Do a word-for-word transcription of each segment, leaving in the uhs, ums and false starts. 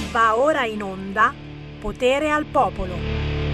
Va ora in onda Potere al Popolo.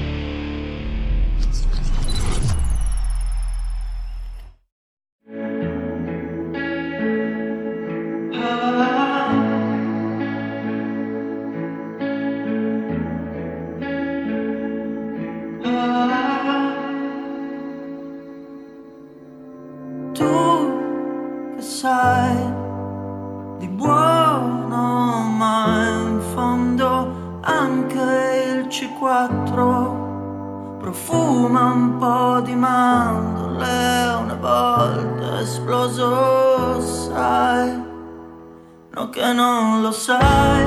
Tu che sai di buono, ma in fondo anche il C quattro profuma un po' di mandorle, una volta esploso, sai, no che non lo sai,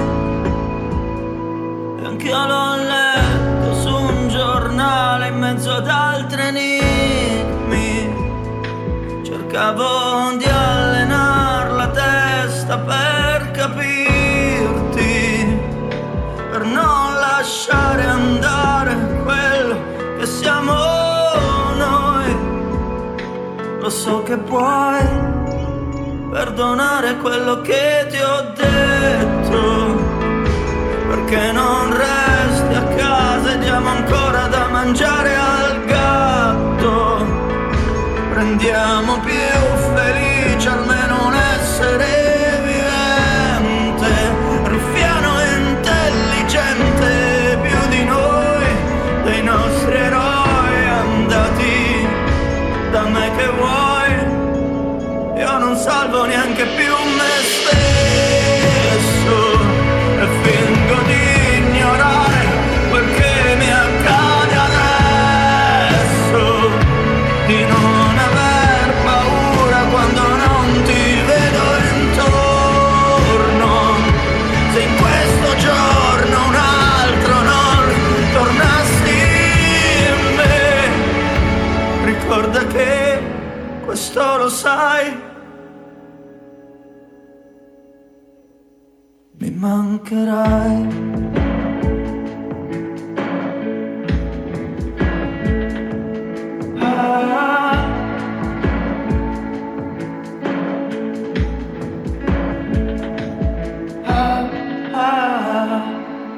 e anch'io l'ho letto su un giornale in mezzo ad altri enigmi, cercavo di allenare la testa per capirti, per non lasciare andare quello che siamo noi. Lo so che puoi perdonare quello che ti ho detto, perché non resti a casa e diamo ancora da mangiare al gatto. Rendiamo più felice almeno un essere vivente, ruffiano e intelligente più di noi, dei nostri eroi andati da me che vuoi. Io non salvo neanche più me stesso e fingo di ignorare quel che mi accade adesso, di non aver paura quando non ti vedo intorno. Se in questo giorno un altro non tornassi in me, ricorda che questo lo sai, mi mancherai. Ah, ah, ah.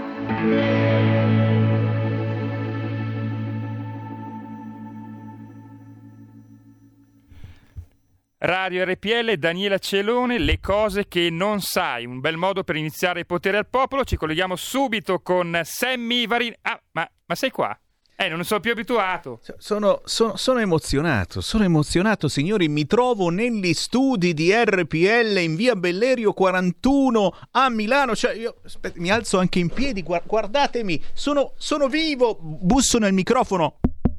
Radio R P L, Daniela Celone, le cose che non sai, un bel modo per iniziare Potere al Popolo. Ci colleghiamo subito con Sammy Varin. Ah, ma, ma sei qua? Eh, non sono più abituato. Sono, sono, sono emozionato, sono emozionato, signori. Mi trovo negli studi di R P L in via Bellerio quarantuno a Milano. Cioè, io aspetta, mi alzo anche in piedi, guardatemi, sono, sono vivo. Busso nel microfono.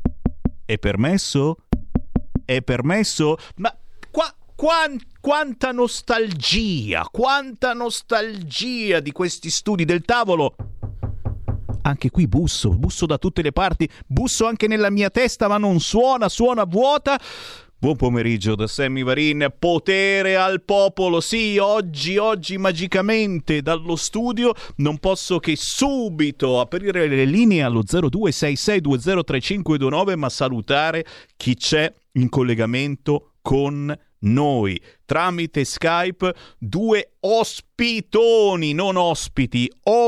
È permesso? È permesso? Ma qua, qua, quanta nostalgia, quanta nostalgia di questi studi del tavolo. Anche qui busso, busso da tutte le parti, busso anche nella mia testa, ma non suona, suona vuota. Buon pomeriggio da Sammy Varin, Potere al Popolo. Sì, oggi, oggi magicamente dallo studio non posso che subito aprire le linee allo zero due sei sei due zero tre cinque due nove, ma salutare chi c'è in collegamento con noi tramite Skype, due ospitoni, non ospiti,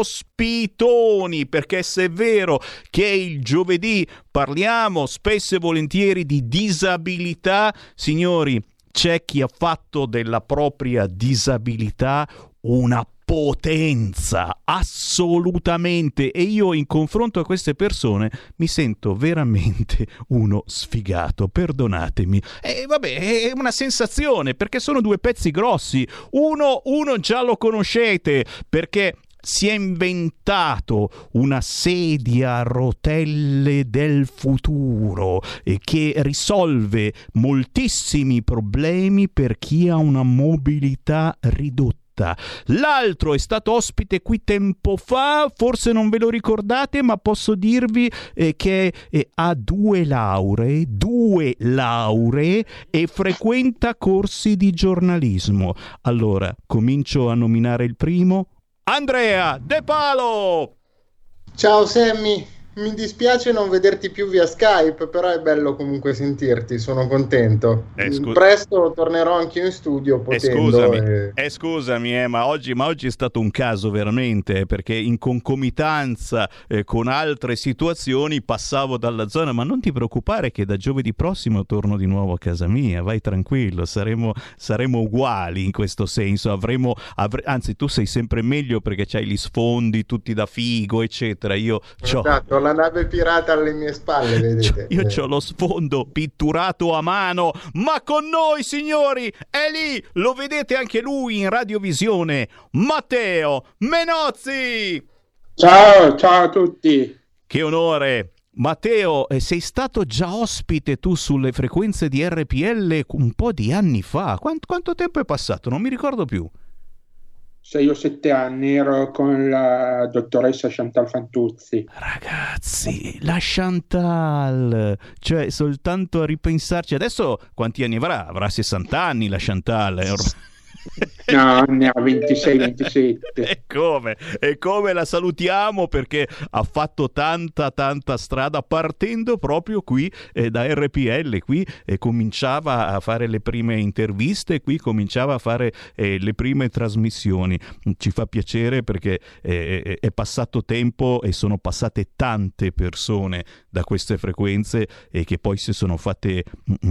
ospitoni, perché se è vero che il giovedì parliamo spesso e volentieri di disabilità, signori, c'è chi ha fatto della propria disabilità una potenza, assolutamente, e io in confronto a queste persone mi sento veramente uno sfigato, perdonatemi. E vabbè, è una sensazione, perché sono due pezzi grossi. Uno, uno già lo conoscete, perché si è inventato una sedia a rotelle del futuro e che risolve moltissimi problemi per chi ha una mobilità ridotta. L'altro è stato ospite qui tempo fa, forse non ve lo ricordate, ma posso dirvi eh, che eh, ha due lauree, due lauree e frequenta corsi di giornalismo. Allora, comincio a nominare il primo. Andrea De Palo! Ciao Sammy, Mi dispiace non vederti più via Skype, però è bello comunque sentirti, sono contento. Eh, scu- Presto tornerò anche in studio potendo. Eh, scusami, e... eh, scusami eh, ma, oggi, ma oggi è stato un caso veramente, perché in concomitanza eh, con altre situazioni passavo dalla zona, ma non ti preoccupare che da giovedì prossimo torno di nuovo a casa mia, vai tranquillo, saremo, saremo uguali in questo senso, avremo, avre- anzi tu sei sempre meglio perché c'hai gli sfondi tutti da figo eccetera, io c'ho... Esatto, la nave pirata alle mie spalle, vedete. Io c'ho lo sfondo pitturato a mano, ma con noi, signori, è lì, lo vedete anche lui in radiovisione, Matteo Menozzi! Ciao, ciao a tutti! Che onore! Matteo, sei stato già ospite tu sulle frequenze di R P L un po' di anni fa. Quanto, quanto tempo è passato? Non mi ricordo più. Sei o sette anni ero con la dottoressa Chantal Fantuzzi. Ragazzi, la Chantal, cioè soltanto a ripensarci. Adesso quanti anni avrà? Avrà sessanta anni la Chantal. Eh, ormai... No, ne ha ventisei ventisette. E come? E come la salutiamo perché ha fatto tanta tanta strada partendo proprio qui eh, da R P L, qui eh, cominciava a fare le prime interviste, qui cominciava a fare eh, le prime trasmissioni. Ci fa piacere perché eh, è passato tempo e sono passate tante persone da queste frequenze e che poi si sono fatte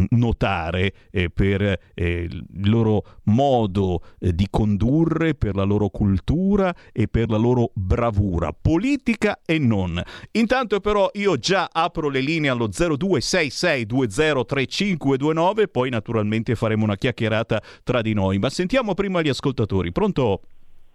notare eh, per eh, il loro modo di condurre, per la loro cultura e per la loro bravura politica e non. Intanto però io già apro le linee allo zero due sei sei due zero tre cinque due nove, poi naturalmente faremo una chiacchierata tra di noi, ma sentiamo prima gli ascoltatori. Pronto?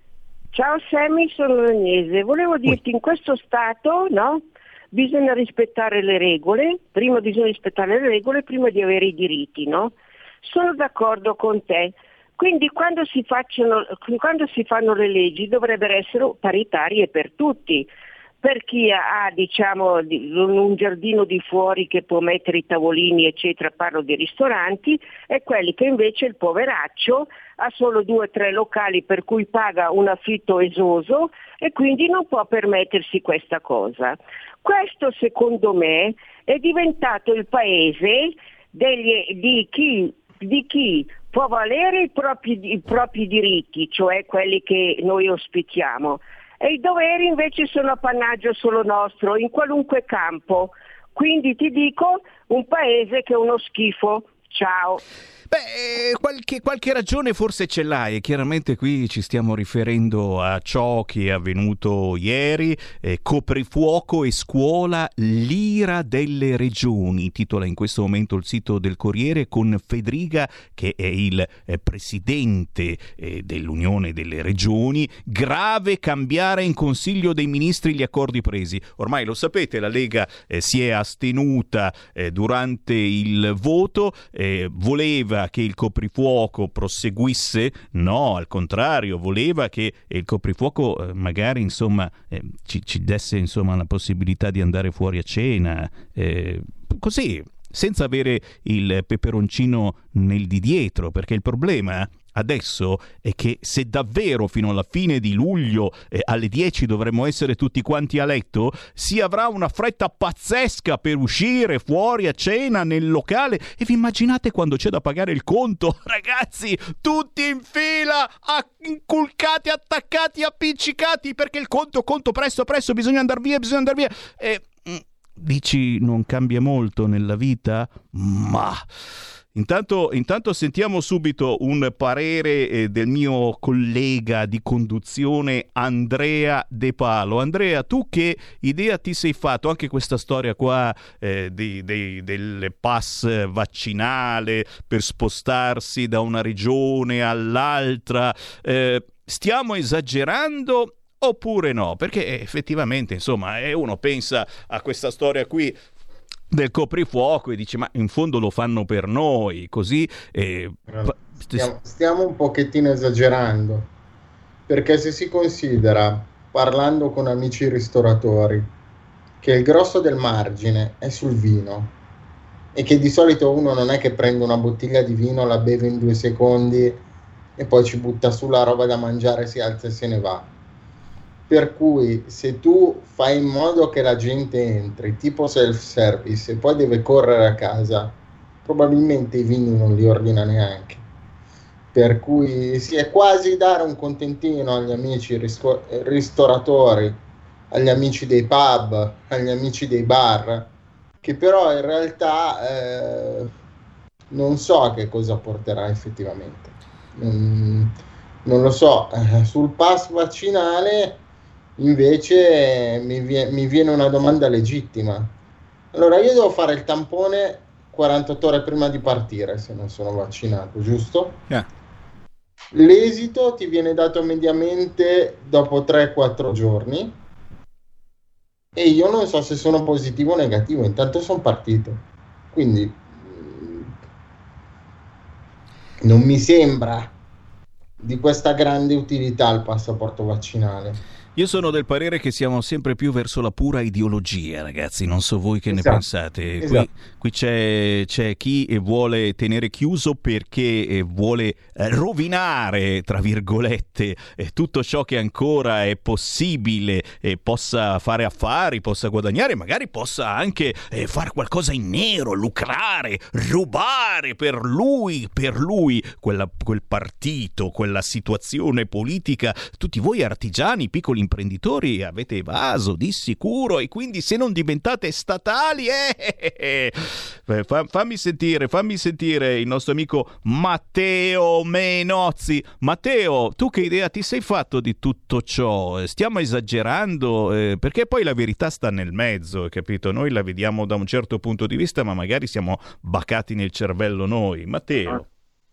Ciao Sammy, sono Agnese. Volevo dirti, in questo stato, no? Bisogna rispettare le regole, prima bisogna rispettare le regole prima di avere i diritti, no? Sono d'accordo con te. Quindi quando si, facciano, quando si fanno le leggi dovrebbero essere paritarie per tutti, per chi ha diciamo un giardino di fuori che può mettere i tavolini eccetera, parlo di ristoranti, e quelli che invece il poveraccio ha solo due o tre locali per cui paga un affitto esoso e quindi non può permettersi questa cosa. Questo secondo me è diventato il paese degli, di chi di chi può valere i propri, i propri diritti, cioè quelli che noi ospitiamo, e i doveri invece sono appannaggio solo nostro in qualunque campo. Quindi ti dico, un paese che è uno schifo. Ciao. Beh, qualche, qualche ragione forse ce l'hai, chiaramente qui ci stiamo riferendo a ciò che è avvenuto ieri, eh, coprifuoco e scuola, l'ira delle regioni, titola in questo momento il sito del Corriere, con Fedriga che è il eh, presidente eh, dell'Unione delle Regioni, grave cambiare in Consiglio dei Ministri gli accordi presi. Ormai lo sapete, la Lega eh, si è astenuta eh, durante il voto, eh, voleva che il coprifuoco proseguisse, no, al contrario, voleva che il coprifuoco eh, magari insomma eh, ci, ci desse insomma la possibilità di andare fuori a cena, eh, così, senza avere il peperoncino nel di dietro, perché il problema adesso è che se davvero fino alla fine di luglio eh, alle dieci dovremmo essere tutti quanti a letto, si avrà una fretta pazzesca per uscire fuori a cena nel locale, e vi immaginate quando c'è da pagare il conto? Ragazzi, tutti in fila, inculcati, attaccati, appiccicati, perché il conto, conto, presto, presto, bisogna andare via, bisogna andare via. E dici, non cambia molto nella vita? Ma... Intanto, intanto sentiamo subito un parere eh, del mio collega di conduzione Andrea De Palo. Andrea, tu che idea ti sei fatto? Anche questa storia qua eh, di, di, del pass vaccinale per spostarsi da una regione all'altra, eh, stiamo esagerando oppure no? Perché effettivamente, insomma, eh, uno pensa a questa storia qui del coprifuoco e dice, ma in fondo lo fanno per noi, così eh, stiamo, stiamo un pochettino esagerando, perché se si considera, parlando con amici ristoratori, che il grosso del margine è sul vino e che di solito uno non è che prende una bottiglia di vino, la beve in due secondi e poi ci butta su la roba da mangiare, si alza e se ne va. Per cui se tu fai in modo che la gente entri, tipo self-service, e poi deve correre a casa, probabilmente i vini non li ordina neanche. Per cui si è quasi dare un contentino agli amici risco- ristoratori, agli amici dei pub, agli amici dei bar, che però in realtà eh, non so a che cosa porterà effettivamente. Non, non lo so. Eh, sul pass vaccinale invece mi, vie- mi viene una domanda legittima. Allora, io devo fare il tampone quarantotto ore prima di partire se non sono vaccinato, giusto? Yeah. L'esito ti viene dato mediamente dopo tre quattro giorni e io non so se sono positivo o negativo, intanto sono partito. Quindi mh, non mi sembra di questa grande utilità il passaporto vaccinale. Io sono del parere che siamo sempre più verso la pura ideologia, ragazzi, non so voi che Esatto. ne pensate. Esatto. Qui, qui c'è, c'è chi vuole tenere chiuso perché vuole rovinare, tra virgolette, tutto ciò che ancora è possibile e possa fare affari, possa guadagnare, magari possa anche fare qualcosa in nero, lucrare, rubare per lui, per lui, quella, quel partito, quella situazione politica. Tutti voi artigiani, piccoli imprenditori avete evaso di sicuro e quindi se non diventate statali eh, eh, eh, fammi sentire fammi sentire il nostro amico Matteo Menozzi. Matteo, tu che idea ti sei fatto di tutto ciò? Stiamo esagerando eh, perché poi la verità sta nel mezzo, capito? Noi la vediamo da un certo punto di vista ma magari siamo bacati nel cervello noi. Matteo,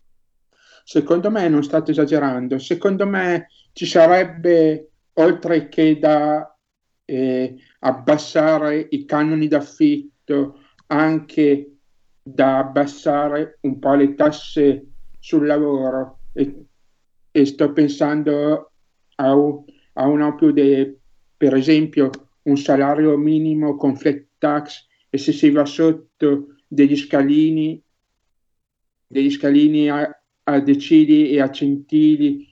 secondo me non state esagerando, secondo me ci sarebbe, oltre che da eh, abbassare i canoni d'affitto, anche da abbassare un po' le tasse sul lavoro e, e sto pensando a un, a un più de, per esempio un salario minimo con flat tax e se si va sotto degli scalini degli scalini a, a decili e a centili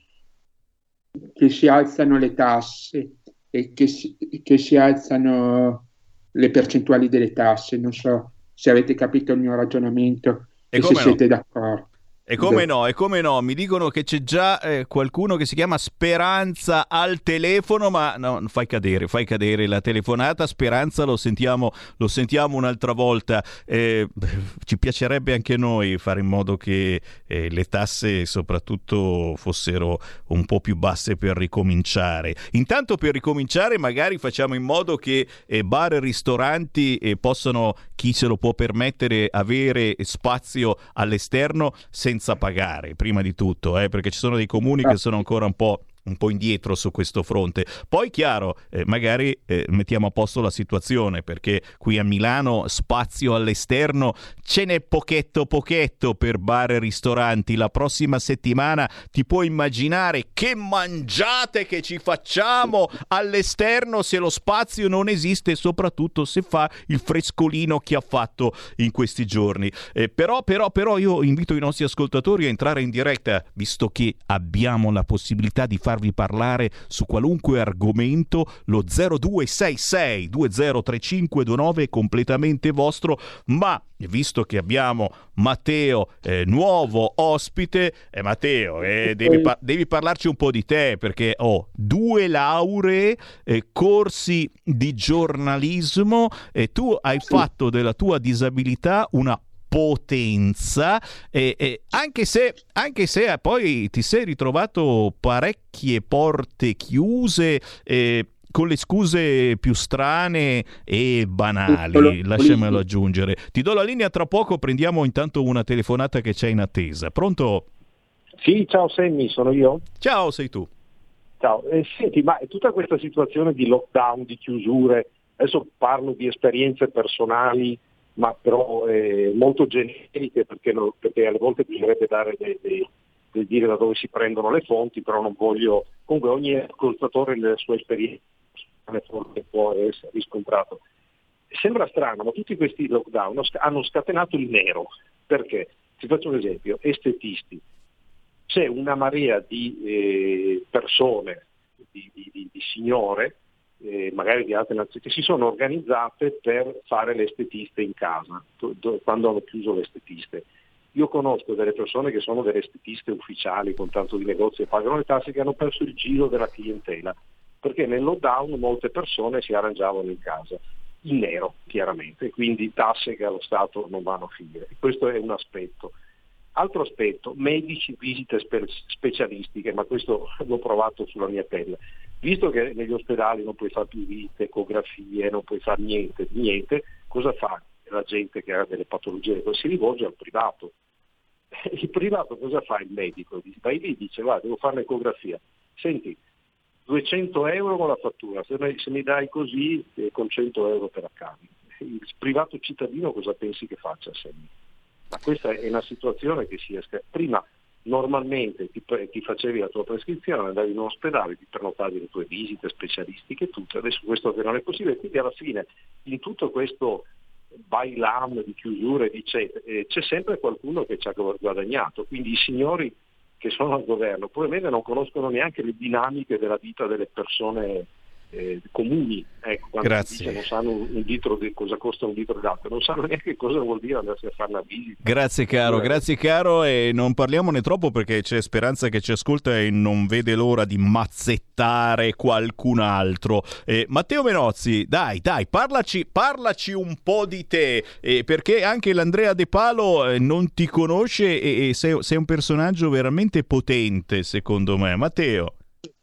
che si alzano le tasse e che si, che si alzano le percentuali delle tasse. Non so se avete capito il mio ragionamento e, e se no. siete d'accordo. E come no, e come no, mi dicono che c'è già eh, qualcuno che si chiama Speranza al telefono, ma no, fai cadere, fai cadere la telefonata. Speranza, lo sentiamo, lo sentiamo un'altra volta. Eh, ci piacerebbe anche noi fare in modo che eh, le tasse soprattutto fossero un po' più basse per ricominciare. Intanto per ricominciare magari facciamo in modo che eh, bar e ristoranti eh, possano, chi se lo può permettere, avere spazio all'esterno senza senza pagare, prima di tutto, eh, perché ci sono dei comuni che sono ancora un po' un po' indietro su questo fronte. Poi chiaro, eh, magari eh, mettiamo a posto la situazione, perché qui a Milano spazio all'esterno ce n'è pochetto pochetto per bar e ristoranti. La prossima settimana ti puoi immaginare che mangiate che ci facciamo all'esterno se lo spazio non esiste e soprattutto se fa il frescolino che ha fatto in questi giorni. Eh, però, però, però io invito i nostri ascoltatori a entrare in diretta, visto che abbiamo la possibilità di fare vi parlare su qualunque argomento. Lo zero due sei sei due zero tre cinque due nove è completamente vostro, ma visto che abbiamo Matteo eh, nuovo ospite, eh, Matteo eh, devi, par- devi parlarci un po' di te, perché ho oh, due lauree, eh, corsi di giornalismo e tu hai fatto della tua disabilità una potenza, eh, eh, anche se anche se poi ti sei ritrovato parecchie porte chiuse eh, con le scuse più strane e banali, lasciamelo aggiungere. Ti do la linea tra poco, prendiamo intanto una telefonata che c'è in attesa. Pronto? Sì, ciao Sammy, sono io. Ciao, sei tu. Ciao, eh, senti, ma tutta questa situazione di lockdown, di chiusure, adesso parlo di esperienze personali, ma però eh, molto generiche, perché, non, perché alle volte bisognerebbe dare dei, dei, dei dire da dove si prendono le fonti, però non voglio, comunque ogni ascoltatore nelle sue esperienze può essere riscontrato. Sembra strano, ma tutti questi lockdown hanno scatenato il nero, perché, ti faccio un esempio, estetisti, c'è una marea di eh, persone, di, di, di signore, eh, magari di altre nazioni, che si sono organizzate per fare le estetiste in casa, do, do, quando hanno chiuso le estetiste. Io conosco delle persone che sono delle estetiste ufficiali con tanto di negozi e pagano le tasse, che hanno perso il giro della clientela, perché nel lockdown molte persone si arrangiavano in casa, in nero chiaramente, quindi tasse che allo Stato non vanno a finire. Questo è un aspetto. Altro aspetto, medici, visite spe- specialistiche, ma questo l'ho provato sulla mia pelle. Visto che negli ospedali non puoi fare più visite, ecografie, non puoi fare niente, niente, cosa fa la gente che ha delle patologie? Si rivolge al privato. Il privato cosa fa il medico? Vai lì, dice guarda, devo fare l'ecografia. Senti, duecento euro con la fattura, se mi, se mi dai così eh, con cento euro te la cavi. Il privato cittadino cosa pensi che faccia sempre? Ma questa è una situazione che si esca. Prima normalmente ti, ti facevi la tua prescrizione, andavi in un ospedale, ti prenotavi le tue visite specialistiche e tutto, adesso questo che non è possibile, quindi alla fine in tutto questo bailam di chiusure eccetera, eh, c'è sempre qualcuno che ci ha guadagnato, quindi i signori che sono al governo probabilmente non conoscono neanche le dinamiche della vita delle persone eh, comuni, ecco, quando Grazie. Dice, non sanno un litro di cosa costa un litro d'acqua, non sanno neanche cosa vuol dire andarsi a fare una visita. Grazie caro, grazie caro, e non parliamone troppo perché c'è Speranza che ci ascolta e non vede l'ora di mazzettare qualcun altro. Eh, Matteo Menozzi, dai, dai, parlaci, parlaci un po' di te, eh, perché anche l'Andrea De Palo eh, non ti conosce e, e sei, sei un personaggio veramente potente secondo me. Matteo.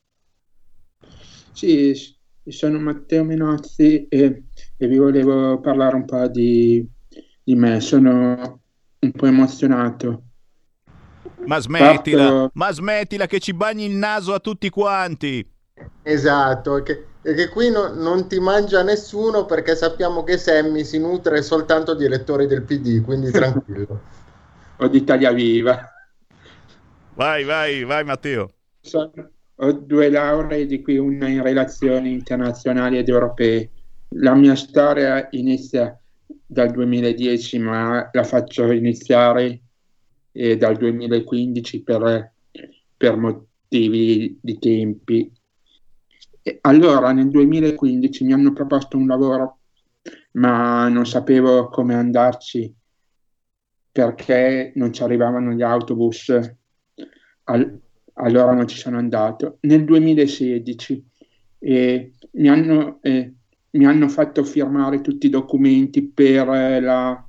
Sì, sono Matteo Menozzi e, e vi volevo parlare un po' di, di me. Sono un po' emozionato. Ma smettila, Parto... ma smettila che ci bagni il naso a tutti quanti. Esatto, e che, e che qui no, non ti mangia nessuno perché sappiamo che Sammy si nutre soltanto di elettori del P D, quindi tranquillo. O di Italia Viva. Vai, vai, vai Matteo. Sono... Ho due lauree, di cui una in relazioni internazionali ed europee. La mia storia inizia dal duemiladieci, ma la faccio iniziare eh, dal duemilaquindici per, per motivi di tempi. E allora, nel duemilaquindici mi hanno proposto un lavoro, ma non sapevo come andarci perché non ci arrivavano gli autobus. Al, Allora non ci sono andato. Nel duemilasedici eh, mi, hanno, eh, mi hanno fatto firmare tutti i documenti per eh, la,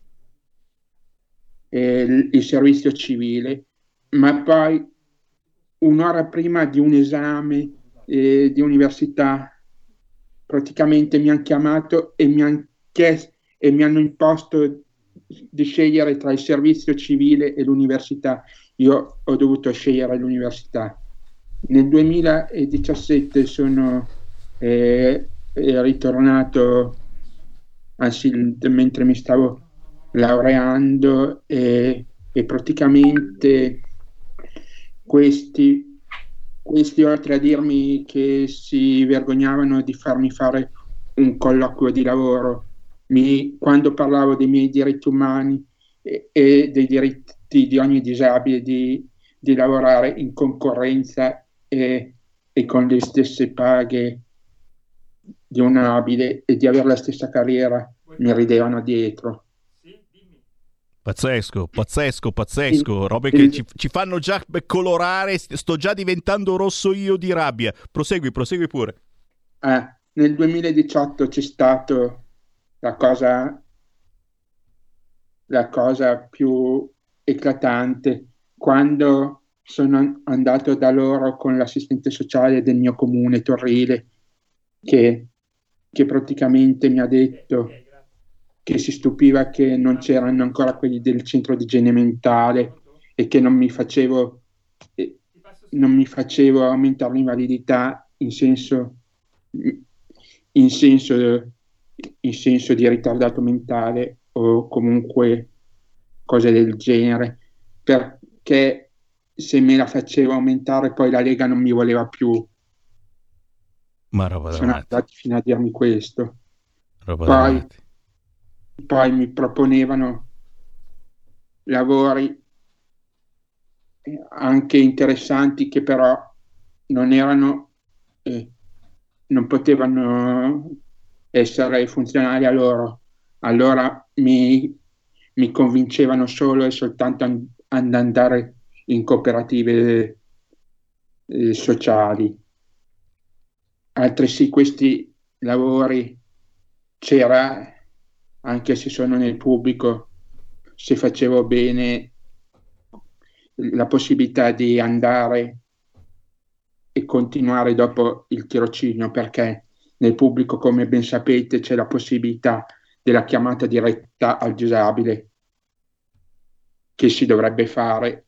eh, il, il servizio civile, ma poi un'ora prima di un esame eh, di università praticamente mi hanno chiamato e mi hanno chiesto e mi hanno imposto di scegliere tra il servizio civile e l'università. Io ho dovuto scegliere l'università. Nel duemiladiciassette sono eh, ritornato, anzi mentre mi stavo laureando e, e praticamente questi, questi oltre a dirmi che si vergognavano di farmi fare un colloquio di lavoro, mi, quando parlavo dei miei diritti umani e, e dei diritti di ogni disabile di, di lavorare in concorrenza e, e con le stesse paghe di un abile e di avere la stessa carriera, mi ridevano dietro. Pazzesco, pazzesco, pazzesco, robe che ci, ci fanno già colorare, sto già diventando rosso io di rabbia. Prosegui, prosegui pure. Eh, nel duemiladiciotto c'è stato la cosa la cosa più eclatante, quando sono andato da loro con l'assistente sociale del mio comune, Torrile, che, che praticamente mi ha detto che si stupiva che non c'erano ancora quelli del centro di igiene mentale e che non mi facevo eh, non mi facevo aumentare l'invalidità in senso in senso in senso di ritardato mentale o comunque cose del genere, perché se me la facevo aumentare poi la Lega non mi voleva più. Ma roba sono davanti. andati fino a dirmi questo. Roba poi, davanti. poi mi proponevano lavori anche interessanti che però non erano eh, non potevano essere funzionali a loro, allora mi, mi convincevano solo e soltanto an- ad andare in cooperative eh, sociali. Altresì questi lavori c'era, anche se sono nel pubblico, se facevo bene, la possibilità di andare e continuare dopo il tirocinio, perché nel pubblico, come ben sapete, c'è la possibilità della chiamata diretta al disabile, che si dovrebbe fare,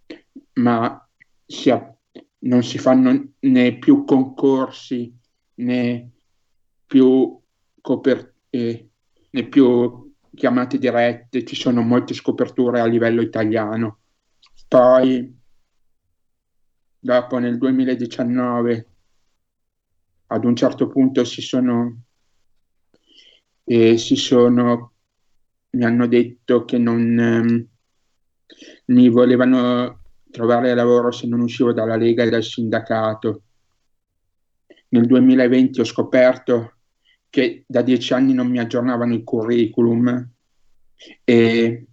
ma si ha, non si fanno né più concorsi né più coper- eh, né più chiamate dirette, ci sono molte scoperture a livello italiano. Poi dopo nel duemiladiciannove ad un certo punto si sono eh, si sono mi hanno detto che non ehm, mi volevano trovare lavoro se non uscivo dalla Lega e dal sindacato. Nel duemilaventi ho scoperto che da dieci anni non mi aggiornavano il curriculum e,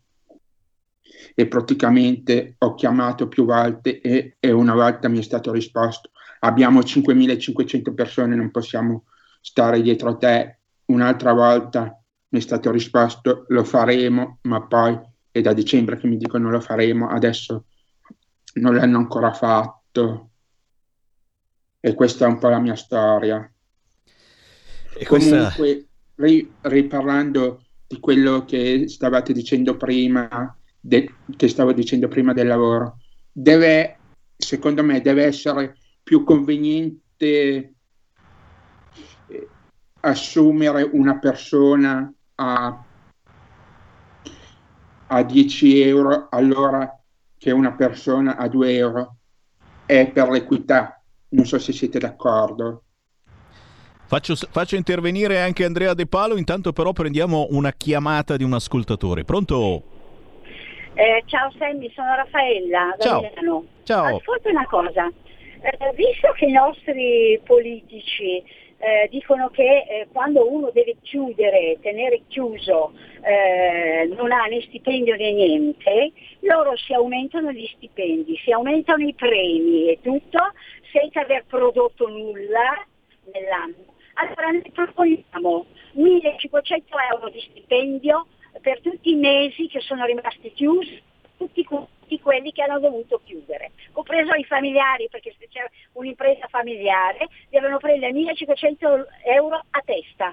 e praticamente ho chiamato più volte e, e una volta mi è stato risposto: abbiamo cinquemilacinquecento persone, non possiamo stare dietro a te. Un'altra volta mi è stato risposto: lo faremo, ma poi è da dicembre che mi dicono lo faremo, adesso non l'hanno ancora fatto. E questa è un po' la mia storia. E questa... Comunque, ri- riparlando di quello che stavate dicendo prima, de- che stavo dicendo prima del lavoro, deve, secondo me, deve essere più conveniente eh, assumere una persona a, a dieci euro all'ora che una persona a due euro. È per l'equità. Non so se siete d'accordo. Faccio, faccio intervenire anche Andrea De Palo, intanto però prendiamo una chiamata di un ascoltatore. Pronto? Eh, ciao Sammy, sono Raffaella da Ciao. Milano. Ciao. Ascolta una cosa, eh, visto che i nostri politici eh, dicono che eh, quando uno deve chiudere, tenere chiuso, eh, non ha né stipendio né niente, loro si aumentano gli stipendi, si aumentano i premi e tutto senza aver prodotto nulla nell'anno. Allora noi proponiamo millecinquecento euro di stipendio per tutti i mesi che sono rimasti chiusi, tutti, tutti quelli che hanno dovuto chiudere, compreso i familiari, perché se c'è un'impresa familiare devono prendere millecinquecento euro a testa.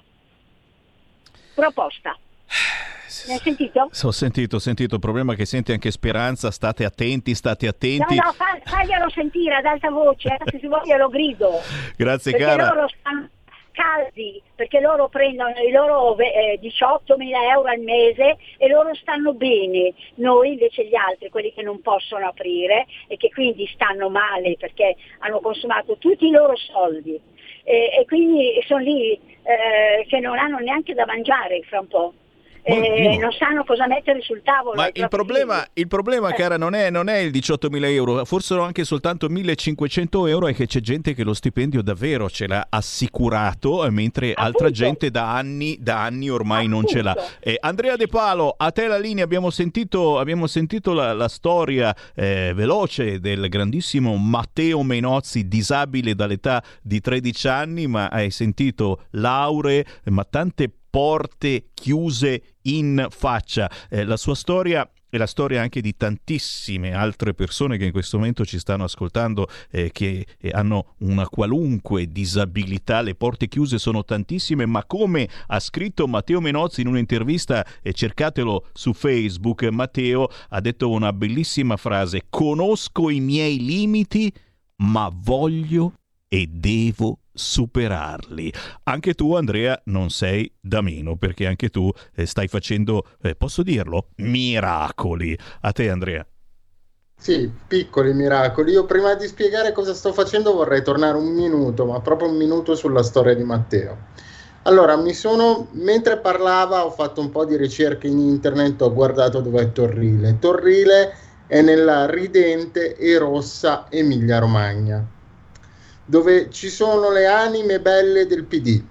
Proposta. Ne hai sentito? Ho sentito, ho sentito. Il problema è che sente anche Speranza. State attenti, state attenti. No, no, fa, faglielo sentire ad alta voce, eh, se si voglia lo grido. Grazie, perché cara. Loro stanno caldi, perché loro prendono i loro eh, diciottomila euro al mese e loro stanno bene. Noi invece gli altri, quelli che non possono aprire e che quindi stanno male perché hanno consumato tutti i loro soldi e, e quindi sono lì eh, che non hanno neanche da mangiare fra un po'. Eh, non sanno cosa mettere sul tavolo. Ma il problema, il problema, cara, non è, non è il diciottomila euro, forse sono anche soltanto millecinquecento euro, è che c'è gente che lo stipendio davvero ce l'ha assicurato, mentre Appunto. altra gente da anni, da anni ormai Appunto. non ce l'ha. Eh, Andrea De Palo, a te la linea. Abbiamo sentito, abbiamo sentito la, la storia eh, veloce del grandissimo Matteo Menozzi, disabile dall'età di tredici anni, ma hai sentito lauree, ma tante porte chiuse in faccia. Eh, la sua storia è la storia anche di tantissime altre persone che in questo momento ci stanno ascoltando, eh, che eh, hanno una qualunque disabilità. Le porte chiuse sono tantissime, ma come ha scritto Matteo Menozzi in un'intervista, eh, cercatelo su Facebook, Matteo ha detto una bellissima frase: conosco i miei limiti, ma voglio e devo superarli. Anche tu, Andrea, non sei da meno, perché anche tu eh, stai facendo, eh, posso dirlo, miracoli. A te, Andrea. Sì, piccoli miracoli. Io prima di spiegare cosa sto facendo vorrei tornare un minuto, ma proprio un minuto sulla storia di Matteo. Allora, mi sono, mentre parlava ho fatto un po' di ricerche in internet, ho guardato dov'è Torrile. Torrile è nella ridente e rossa Emilia Romagna. dove ci sono le anime belle del P D,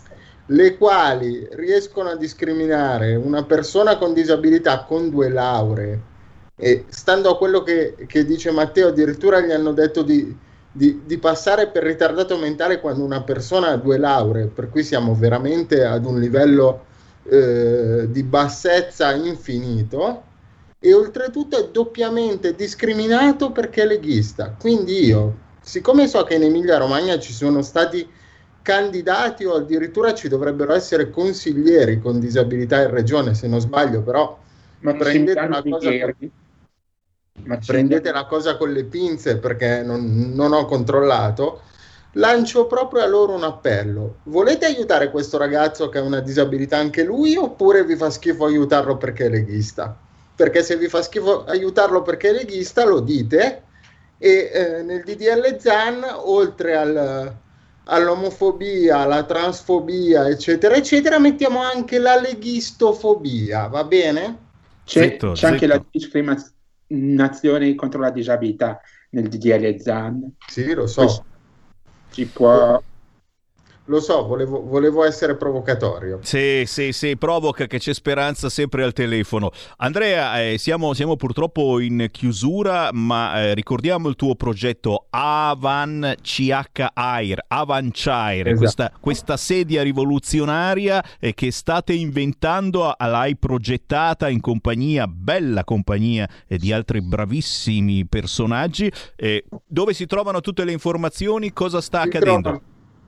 le quali riescono a discriminare una persona con disabilità con due lauree, e stando a quello che, che dice Matteo, addirittura gli hanno detto di, di, di passare per ritardato mentale quando una persona ha due lauree, per cui siamo veramente ad un livello eh, di bassezza infinito, e oltretutto è doppiamente discriminato perché è leghista. Quindi io, siccome so che in Emilia Romagna ci sono stati candidati o addirittura ci dovrebbero essere consiglieri con disabilità in regione, se non sbaglio, però Ma prendete la, cosa con, Ma prendete la cosa con le pinze, perché non, non ho controllato. Lancio proprio a loro un appello: volete aiutare questo ragazzo che ha una disabilità anche lui, oppure vi fa schifo aiutarlo perché è leghista? Perché se vi fa schifo aiutarlo perché è leghista, lo dite, e eh, nel D D L Zan, oltre al, all'omofobia, alla transfobia, eccetera, eccetera, mettiamo anche la leghistofobia, va bene? C'è, Zitto, c'è anche zitto. la discriminazione contro la disabilità nel D D L Zan. Sì, lo so. Si può... Lo so, volevo, volevo essere provocatorio. Sì, sì, sì, provoca, che c'è speranza sempre al telefono. Andrea, eh, siamo, siamo purtroppo in chiusura, ma eh, ricordiamo il tuo progetto Avan C H Air, Avanchair, Esatto. questa, questa sedia rivoluzionaria eh, che state inventando, l'hai progettata in compagnia, bella compagnia, eh, di altri bravissimi personaggi. Eh, dove si trovano tutte le informazioni? Cosa sta Si accadendo? trovano-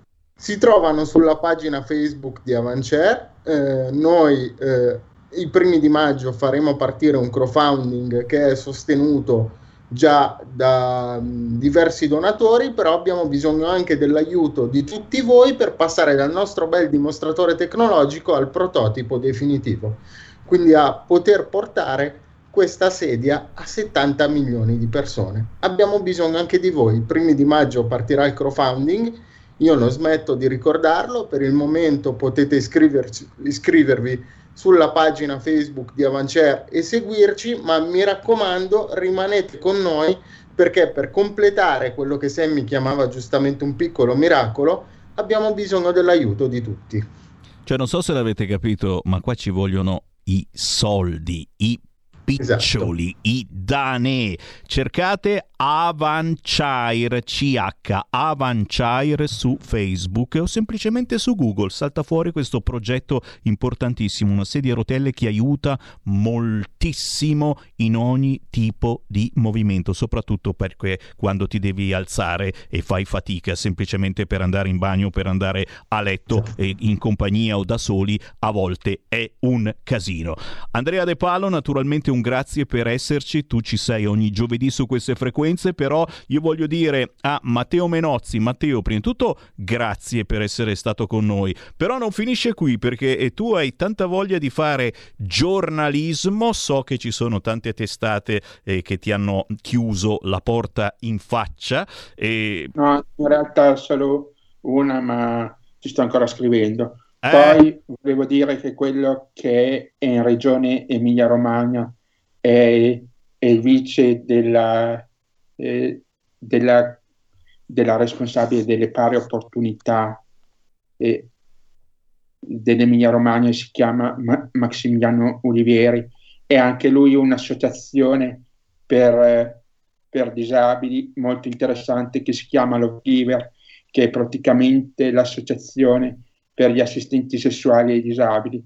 Si trovano sulla pagina Facebook di Avanchair. Eh, noi eh, i primi di maggio faremo partire un crowdfunding che è sostenuto già da mh, diversi donatori, però abbiamo bisogno anche dell'aiuto di tutti voi per passare dal nostro bel dimostratore tecnologico al prototipo definitivo, quindi a poter portare questa sedia a settanta milioni di persone. Abbiamo bisogno anche di voi. I primi di maggio partirà il crowdfunding. Io non smetto di ricordarlo. Per il momento potete iscriverci, iscrivervi sulla pagina Facebook di Avanchair e seguirci, ma mi raccomando, rimanete con noi, perché per completare quello che Sammy chiamava giustamente un piccolo miracolo abbiamo bisogno dell'aiuto di tutti. Cioè, non so se l'avete capito, ma qua ci vogliono i soldi, i piccioli, esatto. I danè. Cercate Avanchair C H Avanchair su Facebook o semplicemente su Google. Salta fuori questo progetto importantissimo, una sedia a rotelle che aiuta moltissimo in ogni tipo di movimento, soprattutto perché quando ti devi alzare e fai fatica semplicemente per andare in bagno, per andare a letto, esatto. E in compagnia o da soli, a volte è un casino. Andrea De Palo, naturalmente un grazie per esserci. Tu ci sei ogni giovedì su queste frequenze, però io voglio dire a Matteo Menozzi: Matteo, prima di tutto grazie per essere stato con noi, però non finisce qui, perché tu hai tanta voglia di fare giornalismo. So che ci sono tante testate eh, che ti hanno chiuso la porta in faccia e... No, in realtà solo una, ma ci sto ancora scrivendo. eh... Poi volevo dire che quello che è in regione Emilia Romagna è, è il vice della Eh, della, della responsabile delle pari opportunità eh, dell'Emilia Romagna, si chiama Ma- Maximiliano Olivieri, e anche lui un'associazione per, eh, per disabili molto interessante che si chiama Logiver, che è praticamente l'associazione per gli assistenti sessuali ai disabili.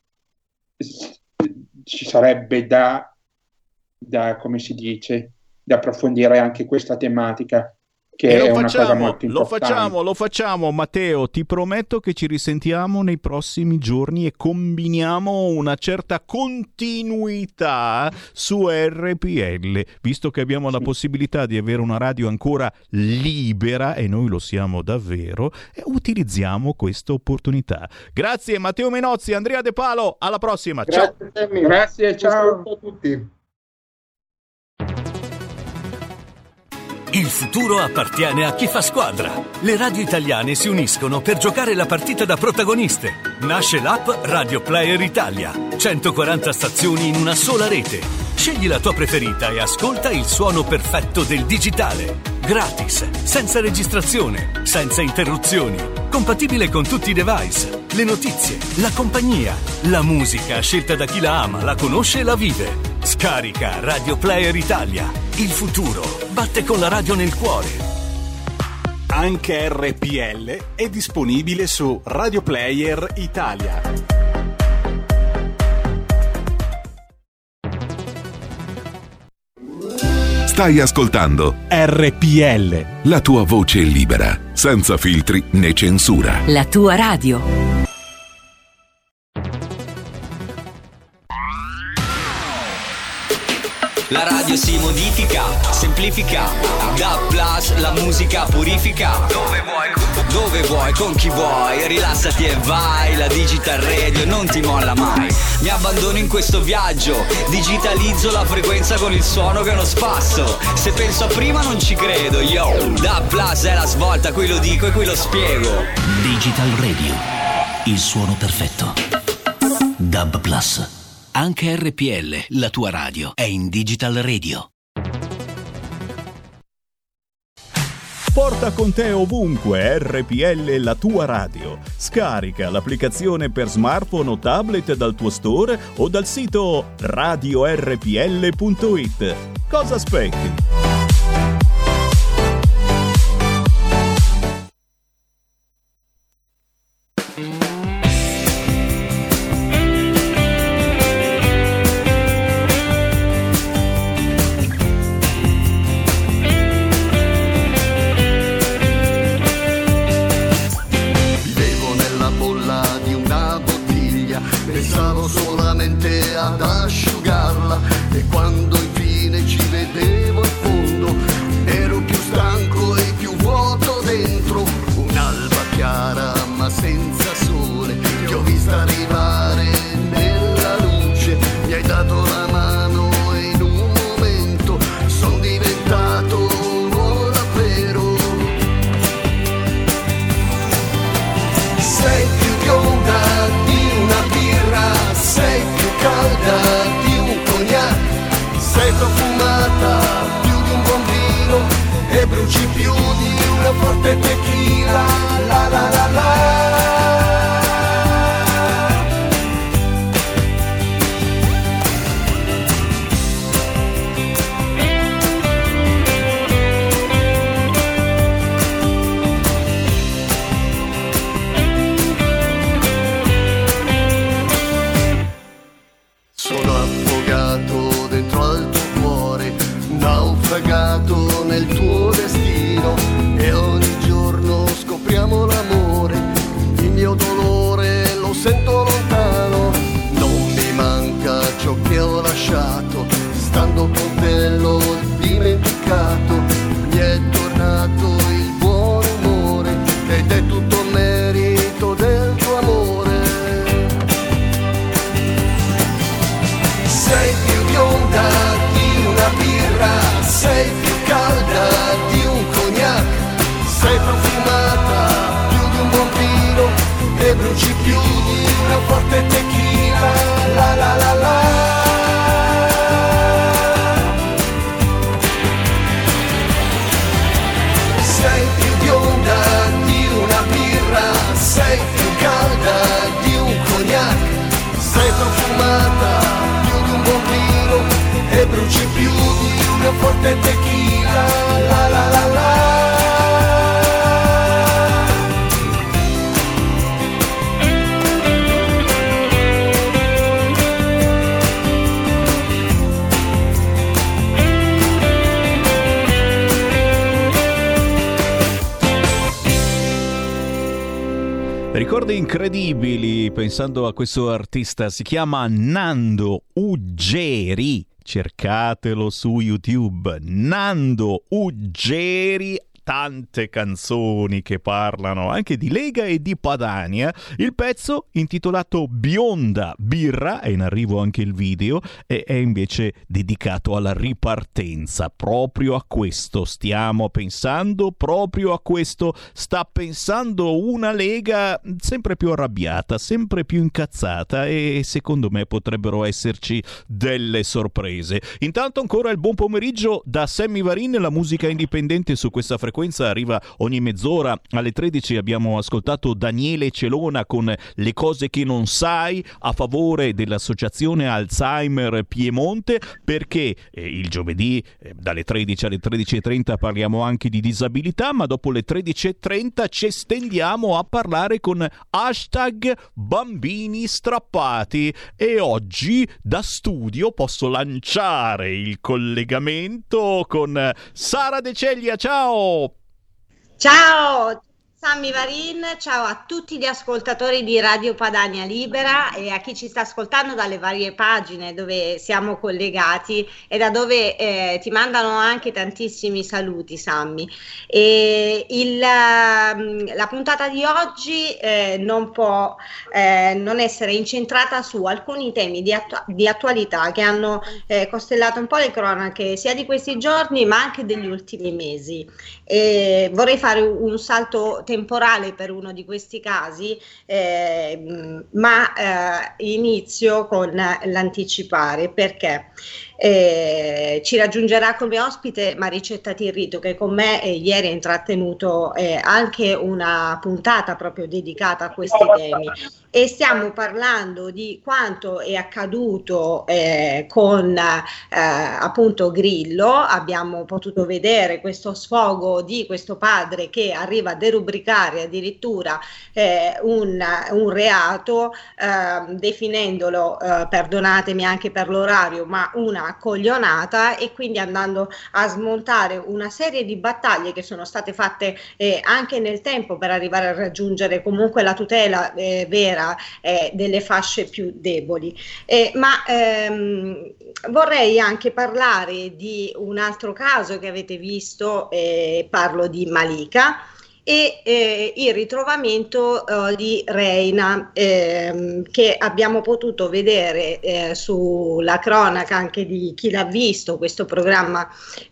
Ci sarebbe da, da come si dice, da approfondire anche questa tematica, che e è lo una facciamo, cosa molto lo importante. facciamo, lo facciamo, Matteo. Ti prometto che ci risentiamo nei prossimi giorni e combiniamo una certa continuità su R P L, visto che abbiamo sì. la possibilità di avere una radio ancora libera, e noi lo siamo davvero, e utilizziamo questa opportunità. Grazie Matteo Menozzi, Andrea De Palo, alla prossima. Grazie, ciao. Grazie, ciao a tutti. Il futuro appartiene a chi fa squadra. Le radio italiane si uniscono per giocare la partita da protagoniste. Nasce l'app Radio Player Italia. centoquaranta stazioni in una sola rete. Scegli la tua preferita e ascolta il suono perfetto del digitale. gratis, senza registrazione, senza interruzioni, compatibile con tutti i device, le notizie, la compagnia, la musica scelta da chi la ama, la conosce e la vive. Scarica Radio Player Italia. Il futuro batte con la radio nel cuore. Anche R P L è disponibile su Radio Player Italia. Stai ascoltando R P L, la tua voce libera, senza filtri né censura. La tua radio. La radio si modifica, semplifica, da plus la musica purifica. Dove vuoi, dove vuoi, con chi vuoi, rilassati e vai. La Digital Radio non ti molla mai. Mi abbandono in questo viaggio, digitalizzo la frequenza con il suono che è uno spasso. Se penso a prima non ci credo, yo. Da plus è la svolta, qui lo dico e qui lo spiego. Digital Radio, il suono perfetto. Dub Plus. Anche R P L, la tua radio, è in Digital Radio. Porta con te ovunque R P L, la tua radio. Scarica l'applicazione per smartphone o tablet dal tuo store o dal sito radio r p l punto i t. Cosa aspetti? Ad asciugarla e quando infine ci vedevo in fondo ero più stanco e più vuoto dentro, un'alba chiara ma senza sole, ti ho vista arrivare nella luce, mi hai dato la mano e in un momento son diventato un uomo davvero. Sei più bionda di una birra, sei più calda di un cognac, sei profumata più di un bombino e bruci più di una forte tequila, la la la la. Naufragato nel tuo destino e ogni giorno scopriamo l'amore, il mio dolore lo sento lontano, non mi manca ciò che ho lasciato, stando con te l'ho dimenticato, mi è tornato il buon umore ed è tutto merito del tuo amore. Sei più bionda di una birra, sei più calda di un cognac, sei profumata più di un buon vino e bruci più di una forte tequila, la la la la. Sei più bionda di una birra, sei più calda di un cognac, sei profumata più di un buon vino e bruci più di una forte tequila, la la la la. Ricordi incredibili pensando a questo artista, si chiama Nando Ugeri. Cercatelo su YouTube, Nando Ugeri, tante canzoni che parlano anche di Lega e di Padania. Il pezzo intitolato Bionda Birra, è in arrivo anche il video, e è invece dedicato alla ripartenza. Proprio a questo stiamo pensando, proprio a questo sta pensando una Lega sempre più arrabbiata, sempre più incazzata, e secondo me potrebbero esserci delle sorprese. Intanto ancora il buon pomeriggio da Sammy Varin, la musica indipendente su questa frequenza arriva ogni mezz'ora. Alle tredici abbiamo ascoltato Daniele Celona con Le cose che non sai, a favore dell'associazione Alzheimer Piemonte, perché eh, il giovedì eh, dalle tredici alle tredici e trenta parliamo anche di disabilità, ma dopo le tredici e trenta ci estendiamo a parlare con hashtag bambini strappati, e oggi da studio posso lanciare il collegamento con Sara De Ceglia. Ciao! Ciao Sammy Varin, ciao a tutti gli ascoltatori di Radio Padania Libera e a chi ci sta ascoltando dalle varie pagine dove siamo collegati e da dove eh, ti mandano anche tantissimi saluti, Sammy. E il, la puntata di oggi eh, non può eh, non essere incentrata su alcuni temi di, attu- di attualità che hanno eh, costellato un po' le cronache sia di questi giorni ma anche degli ultimi mesi. E vorrei fare un salto temporale per uno di questi casi, eh, ma eh, inizio con l'anticipare, perché Eh, ci raggiungerà come ospite Maricetta Tirrito, che con me eh, ieri ha intrattenuto eh, anche una puntata proprio dedicata a questi temi, e stiamo parlando di quanto è accaduto eh, con eh, appunto Grillo. Abbiamo potuto vedere questo sfogo di questo padre che arriva a derubricare addirittura eh, un, un reato eh, definendolo, eh, perdonatemi anche per l'orario, ma una coglionata, e quindi andando a smontare una serie di battaglie che sono state fatte eh, anche nel tempo per arrivare a raggiungere comunque la tutela eh, vera eh, delle fasce più deboli. Eh, ma ehm, vorrei anche parlare di un altro caso che avete visto, eh, parlo di Malika e eh, il ritrovamento eh, di Reina, ehm, che abbiamo potuto vedere eh, sulla cronaca anche di Chi l'ha visto, questo programma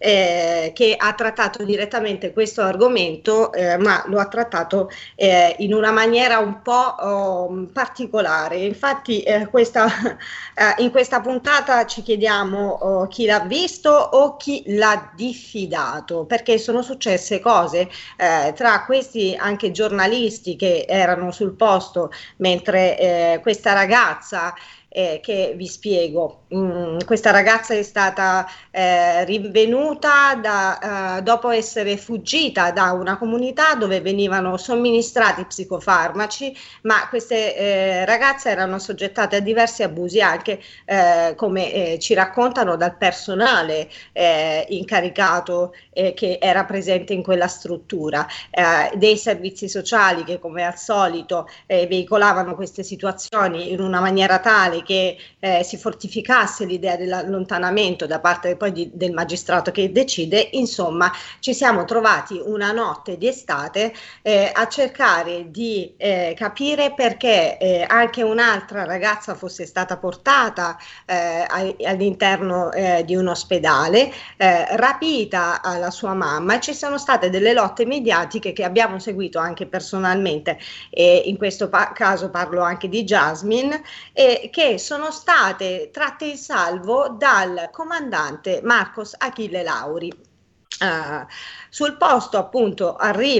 eh, che ha trattato direttamente questo argomento, eh, ma lo ha trattato eh, in una maniera un po' oh, particolare. Infatti eh, questa, eh, in questa puntata ci chiediamo oh, chi l'ha visto o chi l'ha diffidato, perché sono successe cose eh, tra questi anche giornalisti che erano sul posto mentre eh, questa ragazza eh, che vi spiego, mm, questa ragazza è stata eh, rinvenuta da, eh, dopo essere fuggita da una comunità dove venivano somministrati psicofarmaci, ma queste eh, ragazze erano assoggettate a diversi abusi anche eh, come eh, ci raccontano dal personale eh, incaricato eh, che era presente in quella struttura, eh, dei servizi sociali che come al solito eh, veicolavano queste situazioni in una maniera tale che eh, si fortificasse l'idea dell'allontanamento da parte poi di, del magistrato che decide. Insomma, ci siamo trovati una notte di estate eh, a cercare di eh, capire perché eh, anche un'altra ragazza fosse stata portata eh, all'interno eh, di un ospedale, eh, rapita alla sua mamma, e ci sono state delle lotte mediatiche che abbiamo seguito anche personalmente, e in questo pa- caso parlo anche di Jasmine, e che sono state tratte in salvo dal comandante Marcos Achille Lauri. Uh, sul posto appunto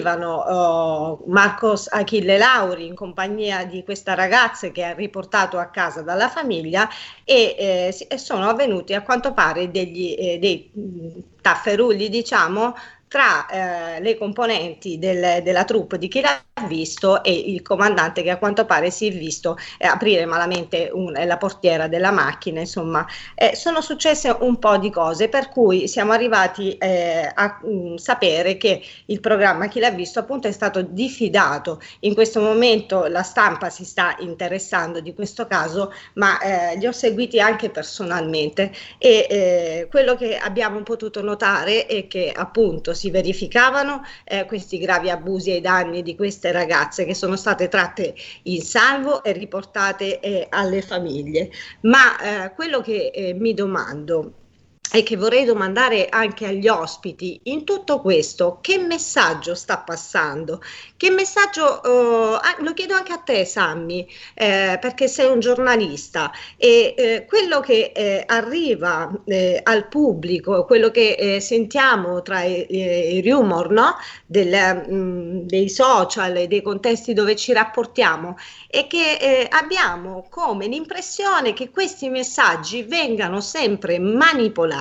arrivano uh, Marcos Achille Lauri in compagnia di questa ragazza che ha riportato a casa dalla famiglia, e eh, sono avvenuti a quanto pare degli, eh, dei tafferugli, diciamo, tra eh, le componenti del, della troupe di Chi l'ha visto e il comandante che a quanto pare si è visto eh, aprire malamente un, la portiera della macchina. Insomma, eh, sono successe un po' di cose, per cui siamo arrivati eh, a mh, sapere che il programma Chi l'ha visto appunto è stato diffidato. In questo momento la stampa si sta interessando di questo caso, ma eh, li ho seguiti anche personalmente e eh, quello che abbiamo potuto notare è che appunto si verificavano eh, questi gravi abusi ai danni di queste ragazze che sono state tratte in salvo e riportate eh, alle famiglie. Ma eh, quello che eh, mi domando e che vorrei domandare anche agli ospiti, in tutto questo che messaggio sta passando? Che messaggio, eh, lo chiedo anche a te Sammy, eh, perché sei un giornalista e eh, quello che eh, arriva eh, al pubblico, quello che eh, sentiamo tra i, i rumor, no? Del, mh, dei social e dei contesti dove ci rapportiamo, è che eh, abbiamo come l'impressione che questi messaggi vengano sempre manipolati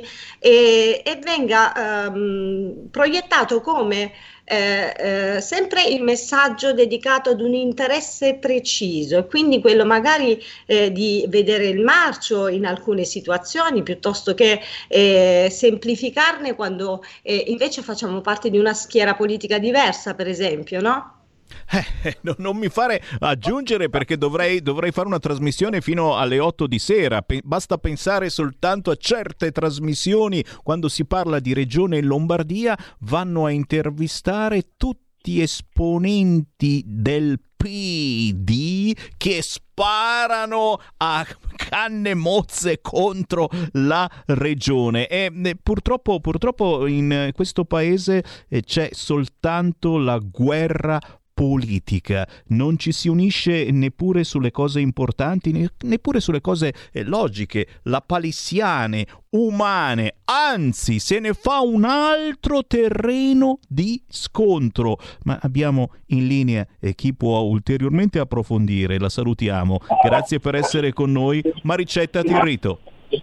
e, e venga ehm, proiettato come eh, eh, sempre il messaggio dedicato ad un interesse preciso, e quindi quello magari eh, di vedere il marcio in alcune situazioni piuttosto che eh, semplificarne quando eh, invece facciamo parte di una schiera politica diversa, per esempio, no? Eh, no, non mi fare aggiungere perché dovrei, dovrei fare una trasmissione fino alle otto di sera. Pe- basta pensare soltanto a certe trasmissioni quando si parla di Regione Lombardia, vanno a intervistare tutti esponenti del P D che sparano a canne mozze contro la regione e eh, purtroppo, purtroppo in questo paese eh, c'è soltanto la guerra politica, non ci si unisce neppure sulle cose importanti, ne- neppure sulle cose eh, logiche, lapalissiane, umane, anzi se ne fa un altro terreno di scontro. Ma abbiamo in linea eh, chi può ulteriormente approfondire, la salutiamo. Grazie per essere con noi, Maricetta Tirrito.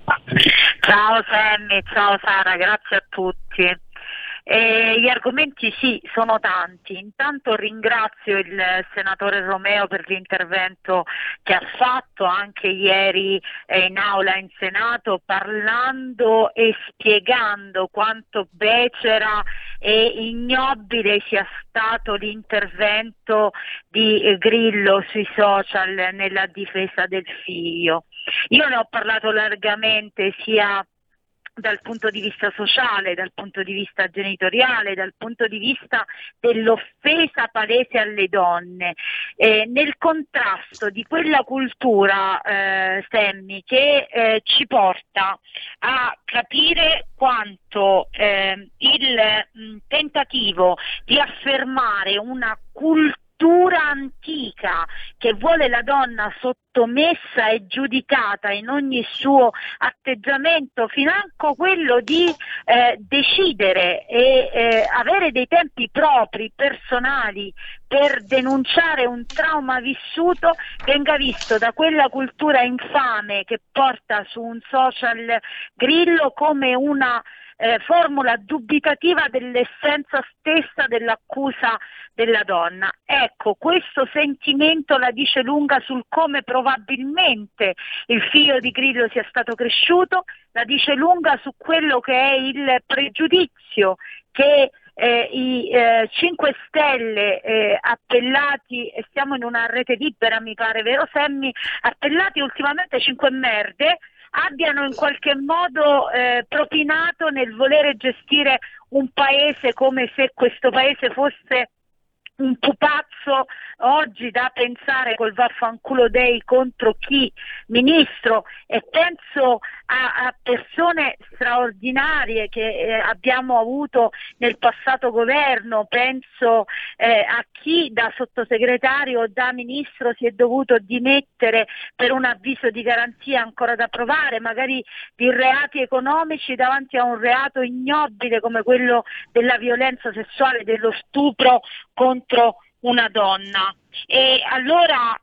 Ciao Sammy, ciao Sara, grazie a tutti. Eh, gli argomenti sì, sono tanti. Intanto ringrazio il senatore Romeo per l'intervento che ha fatto anche ieri eh, in aula in Senato, parlando e spiegando quanto becera e ignobile sia stato l'intervento di eh, Grillo sui social nella difesa del figlio. Io ne ho parlato largamente sia dal punto di vista sociale, dal punto di vista genitoriale, dal punto di vista dell'offesa palese alle donne, eh, nel contrasto di quella cultura, eh, Sammy, che eh, ci porta a capire quanto eh, il mh, tentativo di affermare una cultura antica che vuole la donna sottomessa e giudicata in ogni suo atteggiamento, financo quello di eh, decidere e eh, avere dei tempi propri, personali, per denunciare un trauma vissuto, venga visto da quella cultura infame che porta su un social Grillo come una Eh, formula dubitativa dell'essenza stessa dell'accusa della donna. Ecco, questo sentimento la dice lunga sul come probabilmente il figlio di Grillo sia stato cresciuto, la dice lunga su quello che è il pregiudizio che Eh, i eh, cinque Stelle eh, appellati, e stiamo in una rete libera mi pare, vero Sammy, appellati ultimamente cinque merde, abbiano in qualche modo eh, propinato nel volere gestire un paese come se questo paese fosse un pupazzo oggi da pensare col vaffanculo dei contro chi ministro, e penso a, a persone straordinarie che eh, abbiamo avuto nel passato governo, penso eh, a chi da sottosegretario o da ministro si è dovuto dimettere per un avviso di garanzia ancora da provare, magari di reati economici davanti a un reato ignobile come quello della violenza sessuale, dello stupro contro una donna. E allora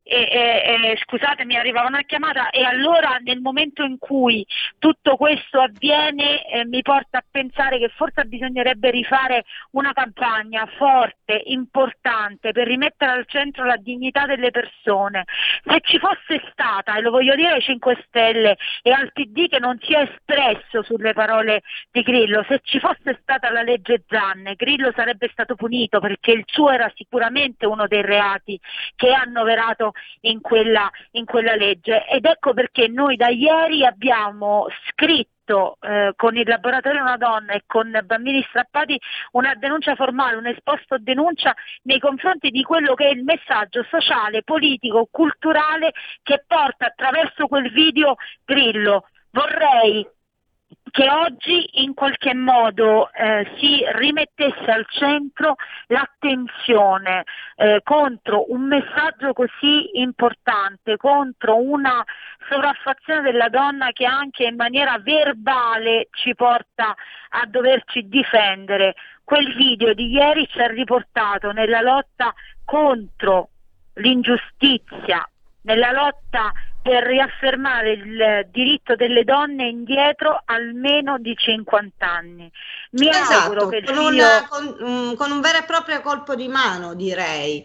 E, e, e, scusatemi, arrivava una chiamata e allora nel momento in cui tutto questo avviene eh, mi porta a pensare che forse bisognerebbe rifare una campagna forte, importante, per rimettere al centro la dignità delle persone. Se ci fosse stata, e lo voglio dire ai cinque Stelle e al P D che non si è espresso sulle parole di Grillo, se ci fosse stata la legge Zan, Grillo sarebbe stato punito, perché il suo era sicuramente uno dei reati che ha annoverato in quella, in quella legge, ed ecco perché noi da ieri abbiamo scritto eh, con il laboratorio Una Donna e con Bambini Strappati una denuncia formale, un esposto denuncia nei confronti di quello che è il messaggio sociale, politico, culturale che porta attraverso quel video Grillo. Vorrei che oggi in qualche modo eh, si rimettesse al centro l'attenzione eh, contro un messaggio così importante, contro una sopraffazione della donna che anche in maniera verbale ci porta a doverci difendere. Quel video di ieri ci ha riportato nella lotta contro l'ingiustizia, nella lotta per riaffermare il diritto delle donne indietro almeno di cinquanta anni. Mi esatto, auguro che il con, figlio... una, con, con un vero e proprio colpo di mano, direi.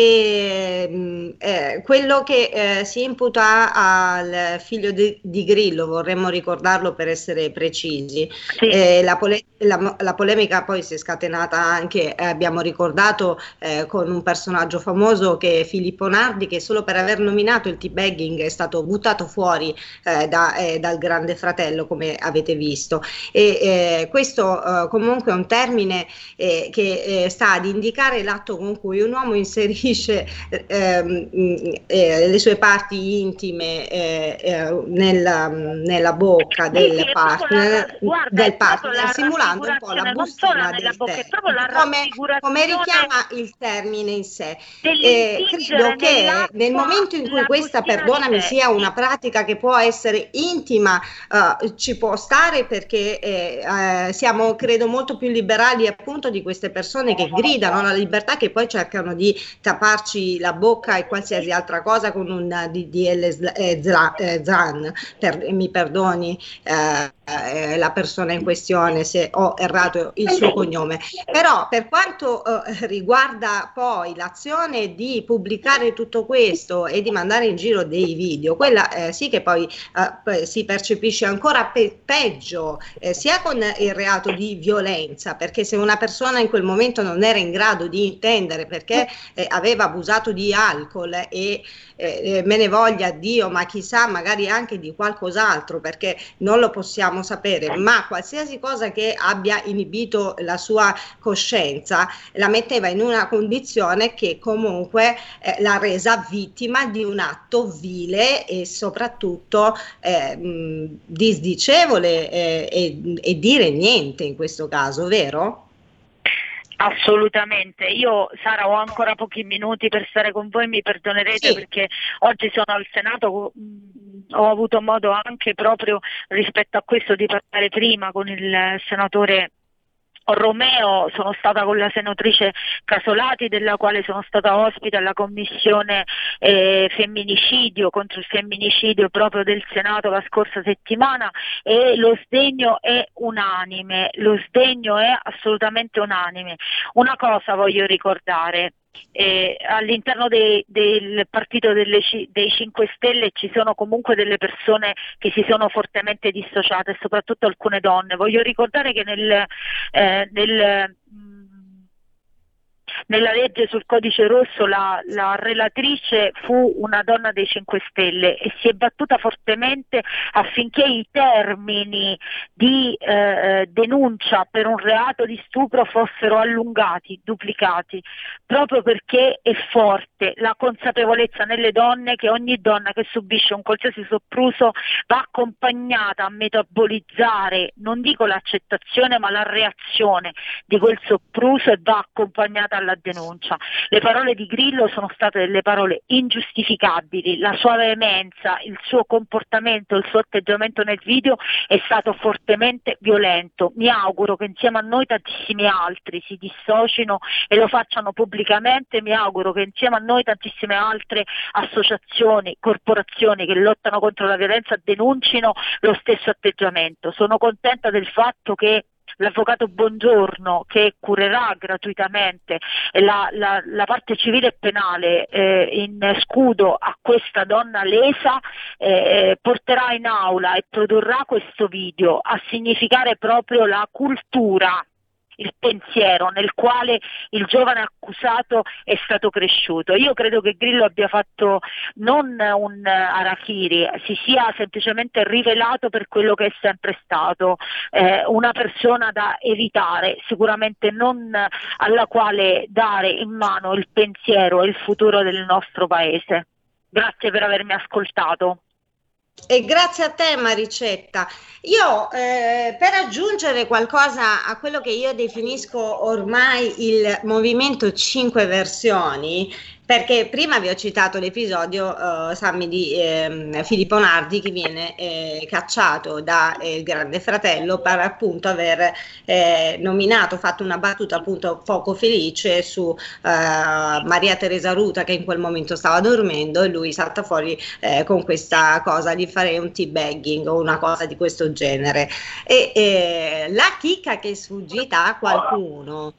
E, eh, quello che eh, si imputa al figlio di, di Grillo, vorremmo ricordarlo per essere precisi, sì. eh, la, pole- la, la polemica poi si è scatenata anche, eh, abbiamo ricordato, eh, con un personaggio famoso che è Filippo Nardi, che solo per aver nominato il teabagging è stato buttato fuori eh, da, eh, dal Grande Fratello, come avete visto, e eh, questo eh, comunque è un termine eh, che eh, sta ad indicare l'atto con cui un uomo inserisce Ehm, eh, le sue parti intime eh, eh, nella, nella bocca del sì, sì, partner, la, guarda, del partner simulando un po' la bustina del bocca, tè, come, come richiama il termine in sé. Eh, credo che nel momento in cui questa, perdonami, sia una pratica che può essere intima, uh, ci può stare, perché eh, uh, siamo, credo, molto più liberali appunto di queste persone che gridano la libertà, che poi cercano di tapparci la bocca e qualsiasi altra cosa con un D D L eh, Zan, per, mi perdoni eh, eh, la persona in questione se ho errato il suo cognome, però per quanto eh, riguarda poi l'azione di pubblicare tutto questo e di mandare in giro dei video, quella eh, sì che poi eh, si percepisce ancora pe- peggio eh, sia con il reato di violenza, perché se una persona in quel momento non era in grado di intendere perché eh, aveva abusato di alcol e eh, me ne voglia Dio, ma chissà, magari anche di qualcos'altro, perché non lo possiamo sapere, ma qualsiasi cosa che abbia inibito la sua coscienza la metteva in una condizione che comunque eh, l'ha resa vittima di un atto vile e soprattutto eh, mh, disdicevole eh, e, e dire niente in questo caso, vero? Assolutamente, io Sara ho ancora pochi minuti per stare con voi, mi perdonerete, sì, perché oggi sono al Senato, mh, ho avuto modo anche proprio rispetto a questo di parlare prima con il senatore Romeo, sono stata con la senatrice Casolati, della quale sono stata ospite alla commissione eh, femminicidio, contro il femminicidio proprio del Senato la scorsa settimana, e lo sdegno è unanime, lo sdegno è assolutamente unanime. Una cosa voglio ricordare. Eh, all'interno de, del partito delle, dei cinque Stelle ci sono comunque delle persone che si sono fortemente dissociate, soprattutto alcune donne. Voglio ricordare che nel, eh, nel nella legge sul codice rosso la, la relatrice fu una donna dei cinque Stelle e si è battuta fortemente affinché i termini di eh, denuncia per un reato di stupro fossero allungati, duplicati, proprio perché è forte la consapevolezza nelle donne che ogni donna che subisce un qualsiasi sopruso va accompagnata a metabolizzare, non dico l'accettazione, ma la reazione di quel sopruso, e va accompagnata alla alla denuncia. Le parole di Grillo sono state delle parole ingiustificabili, la sua veemenza, il suo comportamento, il suo atteggiamento nel video è stato fortemente violento. Mi auguro che insieme a noi tantissimi altri si dissocino e lo facciano pubblicamente. Mi auguro che insieme a noi tantissime altre associazioni, corporazioni che lottano contro la violenza denuncino lo stesso atteggiamento. Sono contenta del fatto che l'avvocato Bongiorno, che curerà gratuitamente la, la, la parte civile e penale eh, in scudo a questa donna lesa, eh, porterà in aula e produrrà questo video a significare proprio la cultura, il pensiero nel quale il giovane accusato è stato cresciuto. Io credo che Grillo abbia fatto non un harakiri, si sia semplicemente rivelato per quello che è sempre stato, eh, una persona da evitare, sicuramente non alla quale dare in mano il pensiero e il futuro del nostro paese. Grazie per avermi ascoltato. E grazie a te Maricetta. Io eh, per aggiungere qualcosa a quello che io definisco ormai il movimento cinque versioni, perché prima vi ho citato l'episodio uh, Sammy di eh, Filippo Nardi che viene eh, cacciato da eh, il Grande Fratello per appunto aver eh, nominato, fatto una battuta appunto poco felice su uh, Maria Teresa Ruta, che in quel momento stava dormendo, e lui salta fuori eh, con questa cosa di fare un teabagging o una cosa di questo genere. E eh, la chicca che è sfuggita a qualcuno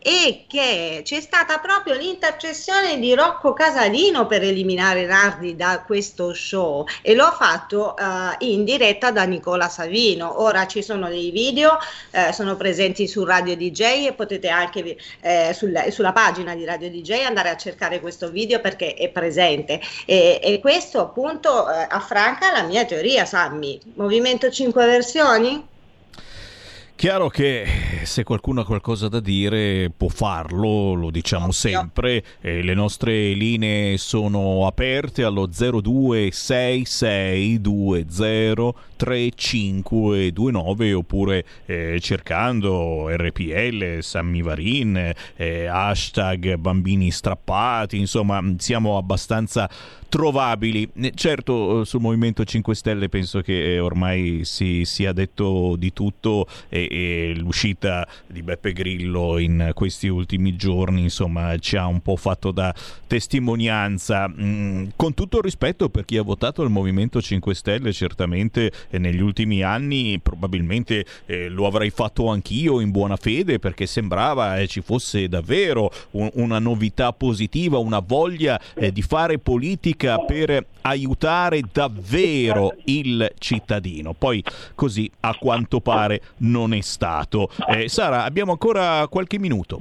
è che c'è stata proprio l'intercessione di Rocco Casalino per eliminare Nardi da questo show, e lo ha fatto uh, in diretta da Nicola Savino. Ora ci sono dei video, eh, sono presenti su Radio D J, e potete anche eh, sulla, sulla pagina di Radio D J andare a cercare questo video perché è presente, e, e questo appunto eh, affranca la mia teoria. Sammy, Movimento cinque versioni? Chiaro che se qualcuno ha qualcosa da dire può farlo, lo diciamo sempre, eh, le nostre linee sono aperte allo zero due sei sei due zero tre cinque due nove, oppure eh, cercando R P L, Sammy Varin, eh, hashtag bambini strappati, insomma siamo abbastanza trovabili. Certo, sul Movimento cinque Stelle penso che ormai si sia detto di tutto, e, e l'uscita di Beppe Grillo in questi ultimi giorni insomma ci ha un po' fatto da testimonianza. Mm, con tutto il rispetto per chi ha votato il Movimento cinque Stelle, certamente eh, negli ultimi anni probabilmente eh, lo avrei fatto anch'io in buona fede, perché sembrava eh, ci fosse davvero un, una novità positiva, una voglia eh, di fare politica per aiutare davvero il cittadino. Poi così a quanto pare non è stato. Eh, Sara, abbiamo ancora qualche minuto.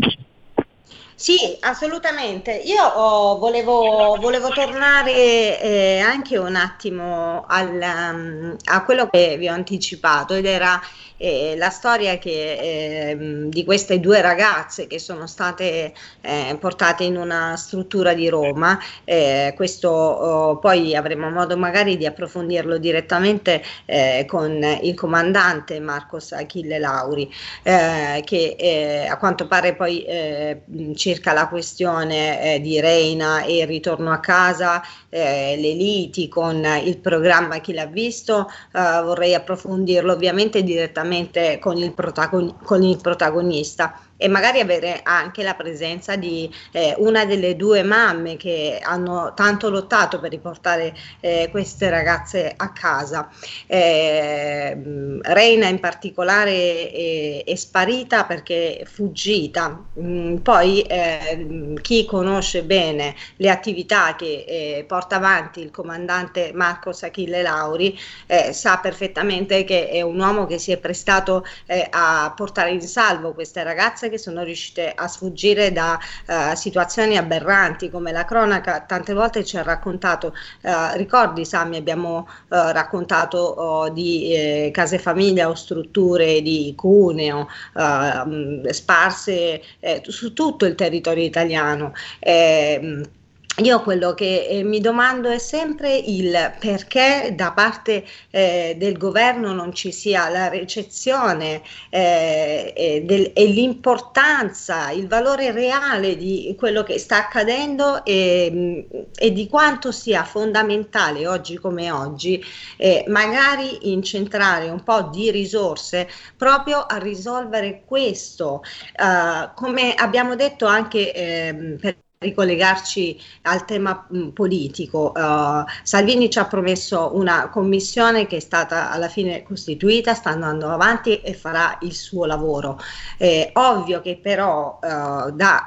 Sì, assolutamente. Io oh, volevo, volevo tornare eh, anche un attimo al, um, a quello che vi ho anticipato, ed era eh, la storia che, eh, di queste due ragazze che sono state eh, portate in una struttura di Roma. Eh, questo oh, poi avremo modo magari di approfondirlo direttamente eh, con il comandante Marcos Achille Lauri, eh, che eh, a quanto pare poi eh, circa la questione eh, di Reina e il ritorno a casa, eh, le liti con il programma Chi l'ha visto, eh, vorrei approfondirlo ovviamente direttamente con il, protagon- con il protagonista, e magari avere anche la presenza di eh, una delle due mamme che hanno tanto lottato per riportare eh, queste ragazze a casa. Eh, Reina in particolare è, è sparita perché è fuggita. Mm, poi eh, chi conosce bene le attività che eh, porta avanti il comandante Marcos Achille Lauri eh, sa perfettamente che è un uomo che si è prestato eh, a portare in salvo queste ragazze che sono riuscite a sfuggire da uh, situazioni aberranti, come la cronaca tante volte ci ha raccontato. Uh, ricordi, Sammy, abbiamo uh, raccontato uh, di eh, case famiglia o strutture di Cuneo uh, sparse eh, su tutto il territorio italiano. Eh, io quello che eh, mi domando è sempre il perché da parte eh, del governo non ci sia la ricezione eh, e, del, e l'importanza, il valore reale di quello che sta accadendo e, e di quanto sia fondamentale oggi come oggi eh, magari incentrare un po' di risorse proprio a risolvere questo. Uh, come abbiamo detto anche eh, per ricollegarci al tema mh, politico. Uh, Salvini ci ha promesso una commissione che è stata alla fine costituita, sta andando avanti e farà il suo lavoro. È ovvio che però uh, da,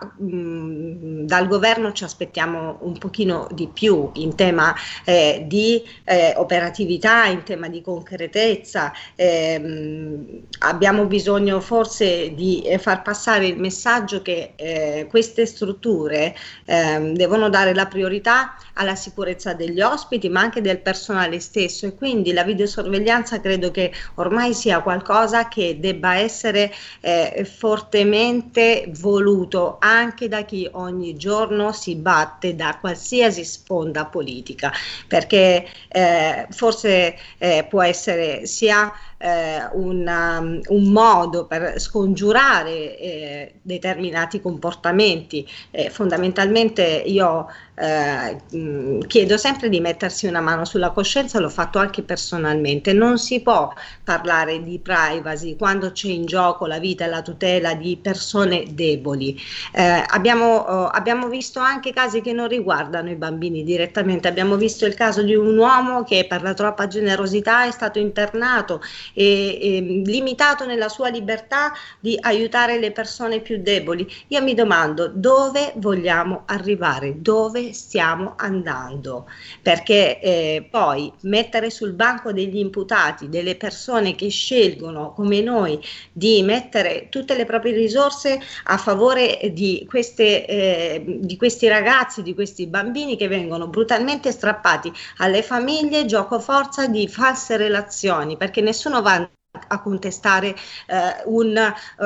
mh, dal governo ci aspettiamo un pochino di più in tema eh, di eh, operatività, in tema di concretezza. Eh, mh, abbiamo bisogno forse di eh, far passare il messaggio che eh, queste strutture Eh, devono dare la priorità alla sicurezza degli ospiti ma anche del personale stesso, e quindi la videosorveglianza credo che ormai sia qualcosa che debba essere eh, fortemente voluto anche da chi ogni giorno si batte da qualsiasi sponda politica, perché eh, forse eh, può essere sia Eh, una, un modo per scongiurare eh, determinati comportamenti. Eh, fondamentalmente io eh, mh, chiedo sempre di mettersi una mano sulla coscienza, l'ho fatto anche personalmente. Non si può parlare di privacy quando c'è in gioco la vita e la tutela di persone deboli. Eh, abbiamo, oh, abbiamo visto anche casi che non riguardano i bambini direttamente. Abbiamo visto il caso di un uomo che per la troppa generosità è stato internato e, e limitato nella sua libertà di aiutare le persone più deboli. Io mi domando dove vogliamo arrivare, dove stiamo andando, perché eh, poi mettere sul banco degli imputati delle persone che scelgono come noi di mettere tutte le proprie risorse a favore di, queste, eh, di questi ragazzi, di questi bambini che vengono brutalmente strappati alle famiglie, gioco forza di false relazioni, perché nessuno va a contestare eh, un,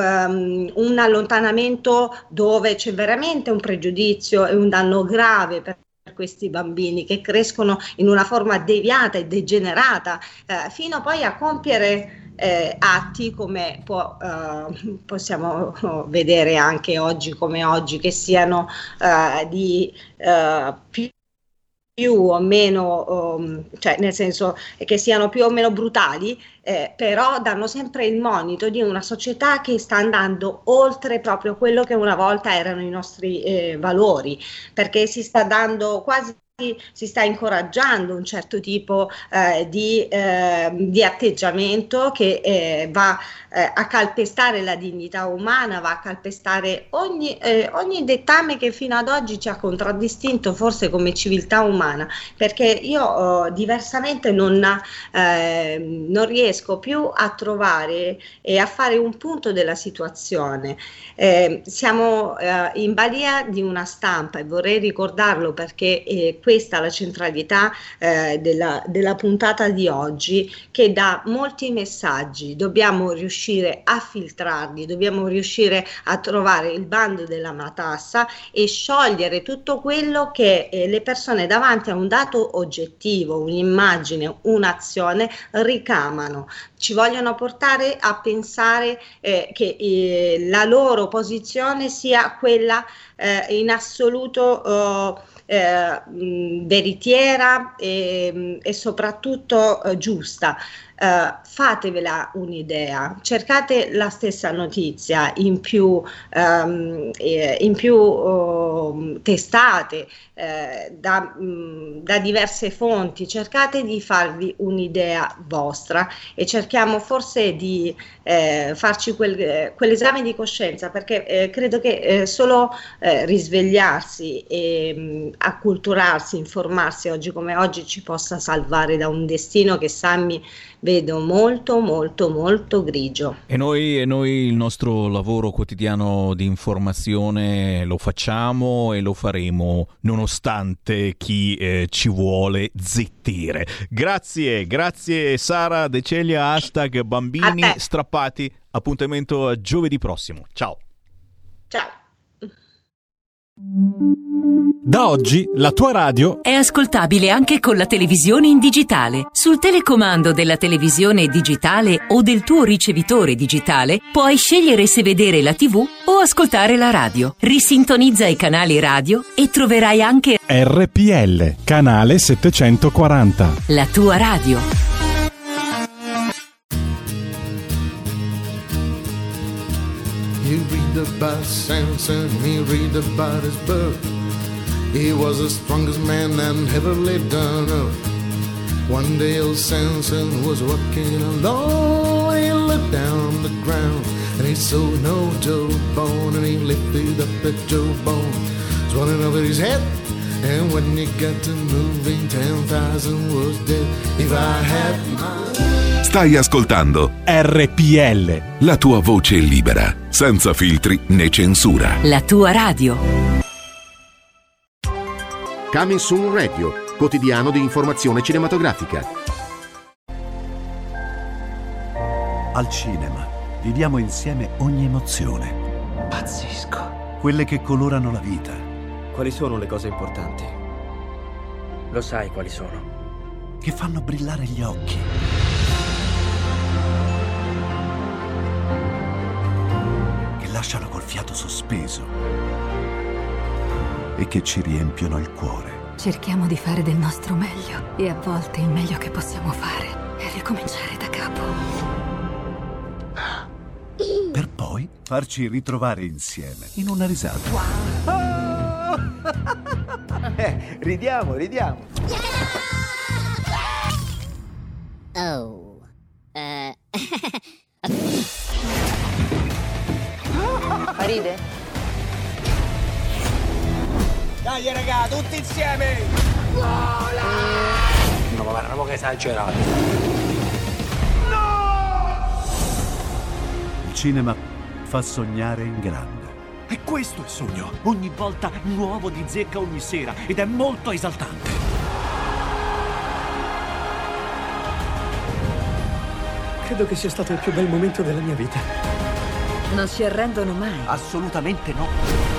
um, un allontanamento dove c'è veramente un pregiudizio e un danno grave per questi bambini che crescono in una forma deviata e degenerata eh, fino poi a compiere eh, atti come può, eh, possiamo vedere anche oggi come oggi, che siano eh, di eh, più più o meno, um, cioè nel senso che siano più o meno brutali, eh, però danno sempre il monito di una società che sta andando oltre proprio quello che una volta erano i nostri eh, valori, perché si sta dando quasi si sta incoraggiando un certo tipo eh, di, eh, di atteggiamento che eh, va eh, a calpestare la dignità umana, va a calpestare ogni, eh, ogni dettame che fino ad oggi ci ha contraddistinto forse come civiltà umana, perché io oh, diversamente non, eh, non riesco più a trovare e a fare un punto della situazione. Eh, siamo eh, in balia di una stampa, e vorrei ricordarlo perché eh, questa è la centralità eh, della, della puntata di oggi, che dà molti messaggi. Dobbiamo riuscire a filtrarli, dobbiamo riuscire a trovare il bando della matassa e sciogliere tutto quello che eh, le persone davanti a un dato oggettivo, un'immagine, un'azione ricamano. Ci vogliono portare a pensare eh, che eh, la loro posizione sia quella eh, in assoluto eh, Eh, veritiera e, e soprattutto eh, giusta. Uh, fatevela un'idea, cercate la stessa notizia in più, um, eh, in più uh, testate eh, da, mh, da diverse fonti, cercate di farvi un'idea vostra e cerchiamo forse di eh, farci quel, eh, quell'esame di coscienza, perché eh, credo che eh, solo eh, risvegliarsi e mh, acculturarsi, informarsi oggi come oggi ci possa salvare da un destino che Sammy vedo molto molto molto grigio. E noi, e noi il nostro lavoro quotidiano di informazione lo facciamo e lo faremo nonostante chi eh, ci vuole zittire. Grazie, grazie Sara De Celia, hashtag bambini strappati. Appuntamento a giovedì prossimo. Ciao. Ciao. Da oggi la tua radio è ascoltabile anche con la televisione in digitale. Sul telecomando della televisione digitale o del tuo ricevitore digitale puoi scegliere se vedere la tivù o ascoltare la radio. Risintonizza i canali radio e troverai anche R P L, canale settecentoquaranta. La tua radio. You read about Samson, you read about his birth. He was the strongest man that ever lived on earth. One day old Samson was walking alone. He looked down on the ground and he saw an old jawbone, and he lifted up the jawbone, swung it over his head. And when he got to moving, ten thousand was dead. If I had my... Stai ascoltando R P L, la tua voce libera, senza filtri né censura. La tua radio. Coming Soon Radio, quotidiano di informazione cinematografica. Al cinema viviamo insieme ogni emozione. Pazzesco. Quelle che colorano la vita. Quali sono le cose importanti? Lo sai quali sono? Che fanno brillare gli occhi. Che lasciano col fiato sospeso. E che ci riempiono il cuore. Cerchiamo di fare del nostro meglio e a volte il meglio che possiamo fare è ricominciare da capo. Per poi farci ritrovare insieme in una risata. Wow. eh, ridiamo, ridiamo. Oh. Eh. Ride? Dai raga, tutti insieme! Vola! No, ma guarda, che esagerato. No! Il cinema fa sognare in grande. E questo è il sogno. Ogni volta nuovo di zecca ogni sera ed è molto esaltante. Credo che sia stato il più bel momento della mia vita. Non si arrendono mai. Assolutamente no.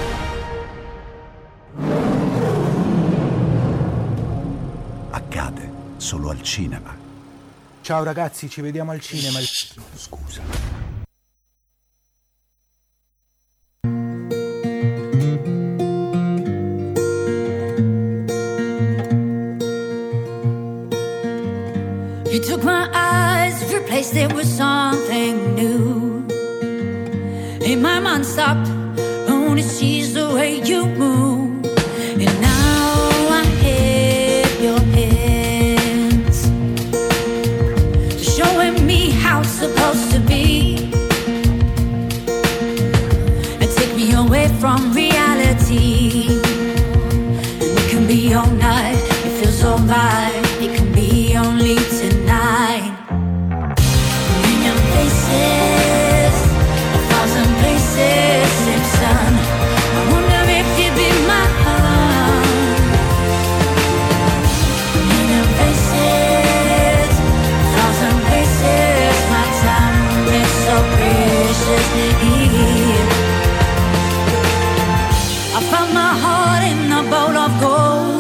Accade solo al cinema. Ciao ragazzi, ci vediamo al cinema. Scusa. You took my eyes, replaced it with something new. And my mind stopped, only sees the way you move. And now I have your hands, showing me how it's supposed to be, and take me away from reality. And it can be all night, it feels alright. It can be only tonight. In your faces, a thousand places, same sun. I wonder if you'd be mine. In your faces, a thousand places, my time is so precious here. I found my heart in a bowl of gold.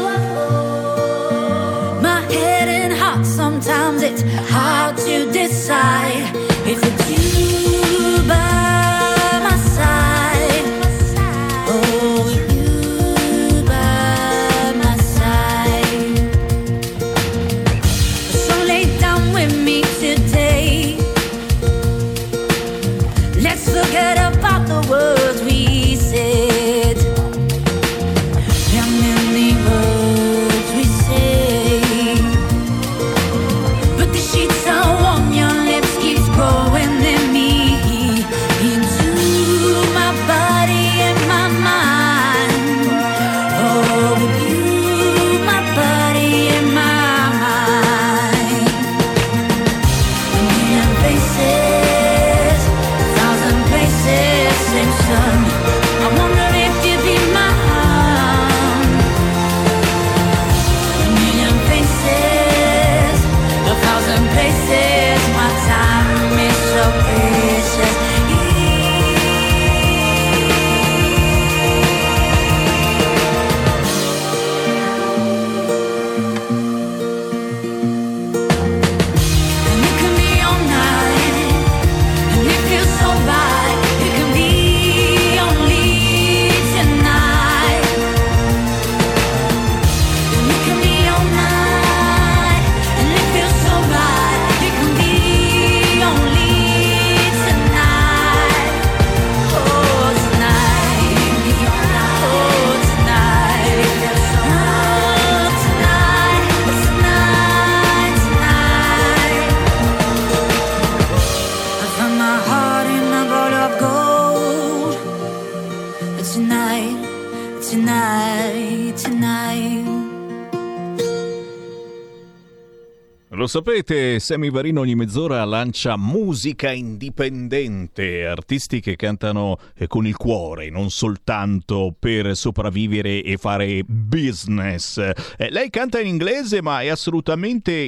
Sometimes it's hard to decide if it's you by my side, oh, you by my side. So lay down with me today. Let's forget about the words we said. How many words we say? Sheets are warm, your lips keep Lo sapete, Sammy Varin ogni mezz'ora lancia musica indipendente, artisti che cantano con il cuore, non soltanto per sopravvivere e fare business. Eh, lei canta in inglese, ma è assolutamente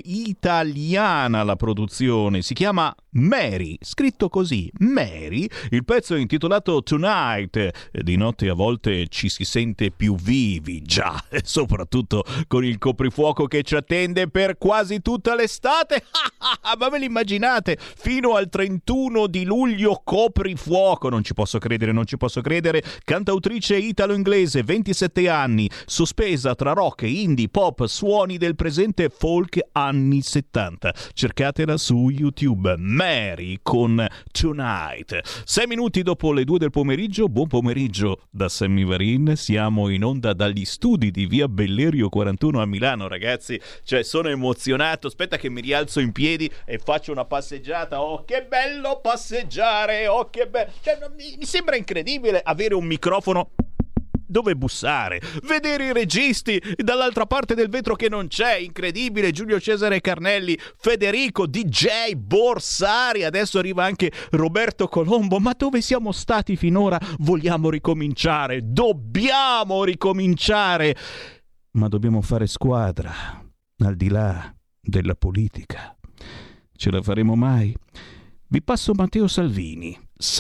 italiana la produzione. Si chiama Mary, scritto così, Mary. Il pezzo è intitolato Tonight. Di notte a volte ci si sente più vivi, già, soprattutto con il coprifuoco che ci attende per quasi tutta l'estate. Ma ve l'immaginate? Fino al trentuno di luglio coprifuoco. Non ci posso credere, non ci posso credere. Cantautrice italo-inglese, ventisette anni, sospesa tra rock, indie, pop, suoni del presente, folk anni settanta. Cercatela su YouTube, Mary con Tonight. Sei minuti dopo le due del pomeriggio. Buon pomeriggio da Sammy Varin. Siamo in onda dagli studi di via Bellerio quarantuno a Milano, ragazzi. Cioè, sono emozionato. Aspetta che mi rialzo in piedi e faccio una passeggiata. Oh, che bello passeggiare! Oh, che bello! Cioè, mi, mi sembra incredibile avere un microfono dove bussare, vedere i registi dall'altra parte del vetro che non c'è, incredibile. Giulio Cesare Carnelli, Federico, D J Borsari, adesso arriva anche Roberto Colombo. Ma dove siamo stati finora? Vogliamo ricominciare, dobbiamo ricominciare, ma dobbiamo fare squadra, al di là della politica. Ce la faremo mai? Vi passo Matteo Salvini.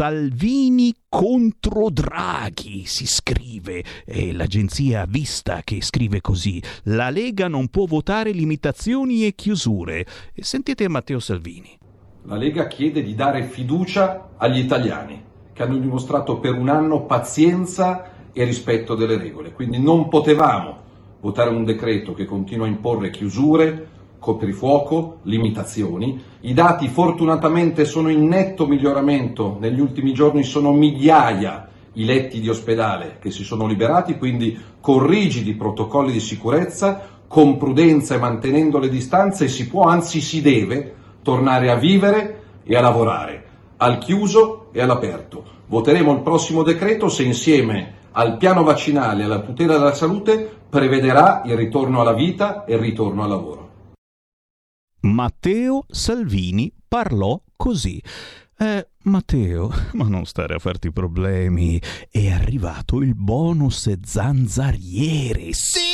Salvini contro Draghi si scrive, e l'agenzia Vista che scrive così: la Lega non può votare limitazioni e chiusure. E sentite Matteo Salvini. La Lega chiede di dare fiducia agli italiani che hanno dimostrato per un anno pazienza e rispetto delle regole, quindi non potevamo votare un decreto che continua a imporre chiusure, coprifuoco, limitazioni. I dati fortunatamente sono in netto miglioramento, negli ultimi giorni sono migliaia i letti di ospedale che si sono liberati, quindi con rigidi protocolli di sicurezza, con prudenza e mantenendo le distanze si può, anzi si deve, tornare a vivere e a lavorare, al chiuso e all'aperto. Voteremo il prossimo decreto se insieme al piano vaccinale e alla tutela della salute prevederà il ritorno alla vita e il ritorno al lavoro. Matteo Salvini parlò così. Eh, Matteo, ma non stare a farti problemi, è arrivato il bonus zanzariere. Sì!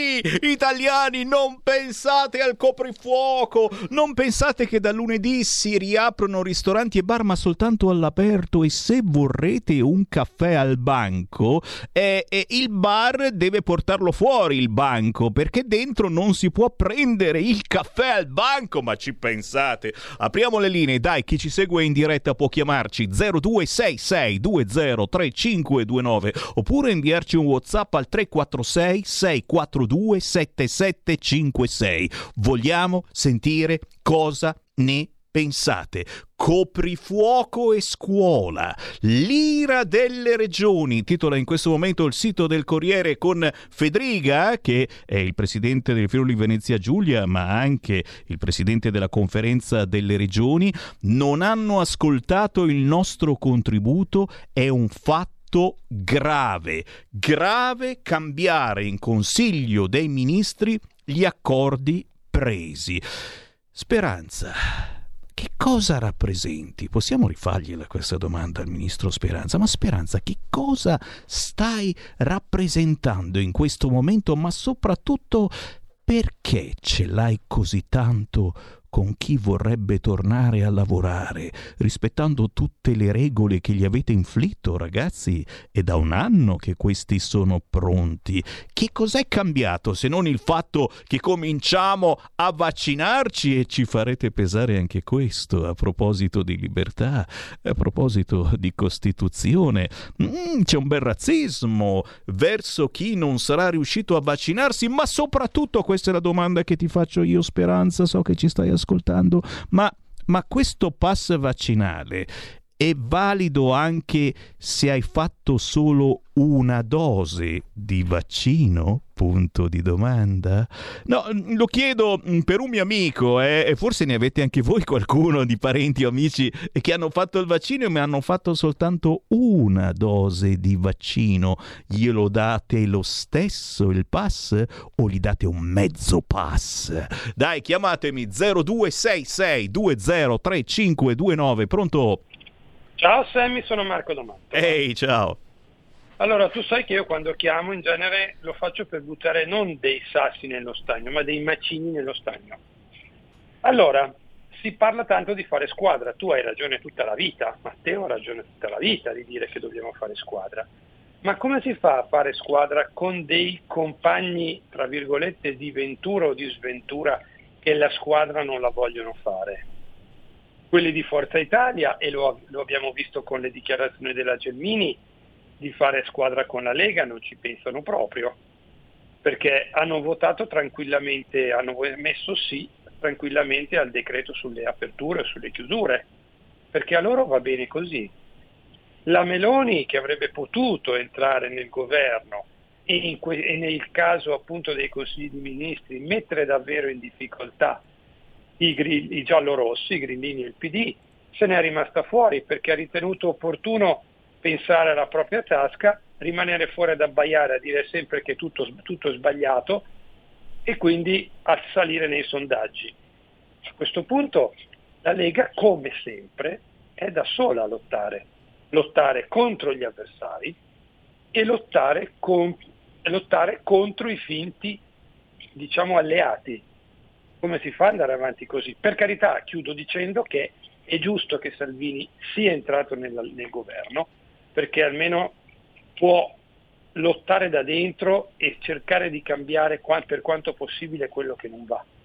Italiani, non pensate al coprifuoco, non pensate che da lunedì si riaprono ristoranti e bar, ma soltanto all'aperto. E se vorrete un caffè al banco, eh, eh, il bar deve portarlo fuori il banco, perché dentro non si può prendere il caffè al banco. Ma ci pensate? Apriamo le linee, dai, chi ci segue in diretta può chiamarci zero due sei sei due zero tre cinque due nove oppure inviarci un WhatsApp al tre quattro sei sei quattro due sette sette cinque sei. Vogliamo sentire cosa ne pensate. Coprifuoco e scuola, l'ira delle regioni, titola in questo momento il sito del Corriere, con Fedriga, che è il presidente del Friuli Venezia Giulia, ma anche il presidente della Conferenza delle Regioni. Non hanno ascoltato il nostro contributo, è un fatto grave, grave cambiare in Consiglio dei Ministri gli accordi presi. Speranza, che cosa rappresenti? Possiamo rifargliela questa domanda al ministro Speranza. Ma Speranza, che cosa stai rappresentando in questo momento? Ma soprattutto, perché ce l'hai così tanto con chi vorrebbe tornare a lavorare, rispettando tutte le regole che gli avete inflitto, ragazzi? È da un anno che questi sono pronti. Che cos'è cambiato se non il fatto che cominciamo a vaccinarci? E ci farete pesare anche questo a proposito di libertà, a proposito di Costituzione. Mm, c'è un bel razzismo verso chi non sarà riuscito a vaccinarsi, ma soprattutto, questa è la domanda che ti faccio io, Speranza, so che ci stai ascoltando, ma, ma questo pass vaccinale è valido anche se hai fatto solo una dose di vaccino? Punto di domanda. No, lo chiedo per un mio amico, eh, e forse ne avete anche voi qualcuno di parenti o amici che hanno fatto il vaccino e mi hanno fatto soltanto una dose di vaccino. Glielo date lo stesso il pass o gli date un mezzo pass? Dai, chiamatemi zero due sei sei due zero tre cinque due nove. Pronto? Ciao Sammy, sono Marco D'Amato. Ehi, ciao. Allora, tu sai che io quando chiamo in genere lo faccio per buttare non dei sassi nello stagno, ma dei macigni nello stagno. Allora, si parla tanto di fare squadra, tu hai ragione tutta la vita, Matteo ha ragione tutta la vita di dire che dobbiamo fare squadra, ma come si fa a fare squadra con dei compagni, tra virgolette, di ventura o di sventura che la squadra non la vogliono fare? Quelli di Forza Italia, e lo, lo abbiamo visto con le dichiarazioni della Gelmini, di fare squadra con la Lega non ci pensano proprio, perché hanno votato tranquillamente, hanno messo sì tranquillamente al decreto sulle aperture e sulle chiusure, perché a loro va bene così. La Meloni, che avrebbe potuto entrare nel governo e, in que- e nel caso appunto dei consigli di ministri mettere davvero in difficoltà i, gri- i giallorossi, i grillini e il P D, se ne è rimasta fuori perché ha ritenuto opportuno pensare alla propria tasca, rimanere fuori ad abbaiare, a dire sempre che tutto, tutto è sbagliato e quindi a salire nei sondaggi. A questo punto la Lega, come sempre, è da sola a lottare, lottare contro gli avversari e lottare, con, lottare contro i finti, diciamo, alleati. Come si fa ad andare avanti così? Per carità, chiudo dicendo che è giusto che Salvini sia entrato nel, nel governo, perché almeno può lottare da dentro e cercare di cambiare per quanto possibile quello che non va.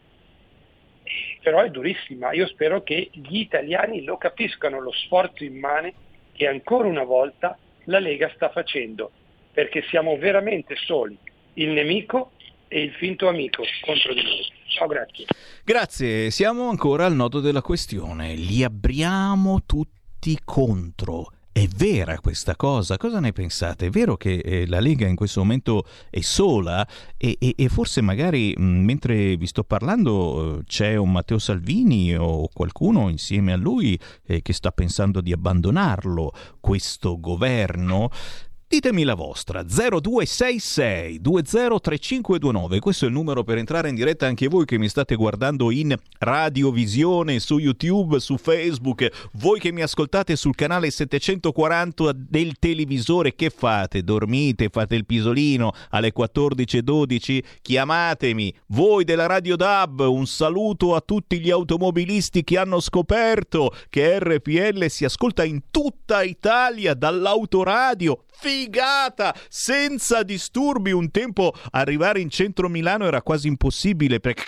Però è durissima, io spero che gli italiani lo capiscano lo sforzo immane che ancora una volta la Lega sta facendo, perché siamo veramente soli, il nemico e il finto amico contro di noi. Ciao, grazie. Grazie, siamo ancora al nodo della questione, li abbiamo tutti contro. È vera questa cosa? Cosa ne pensate? È vero che eh, la Lega in questo momento è sola e, e, e forse magari mh, mentre vi sto parlando eh, c'è un Matteo Salvini o qualcuno insieme a lui eh, che sta pensando di abbandonarlo, questo governo? Ditemi la vostra, zero due sei sei due zero tre cinque due nove, questo è il numero per entrare in diretta anche voi che mi state guardando in radiovisione, su YouTube, su Facebook, voi che mi ascoltate sul canale settecentoquaranta del televisore, che fate? Dormite, fate il pisolino alle quattordici e dodici? Chiamatemi, voi della Radio D A B, un saluto a tutti gli automobilisti che hanno scoperto che R P L si ascolta in tutta Italia dall'autoradio. Figata, senza disturbi. Un tempo arrivare in centro Milano era quasi impossibile perché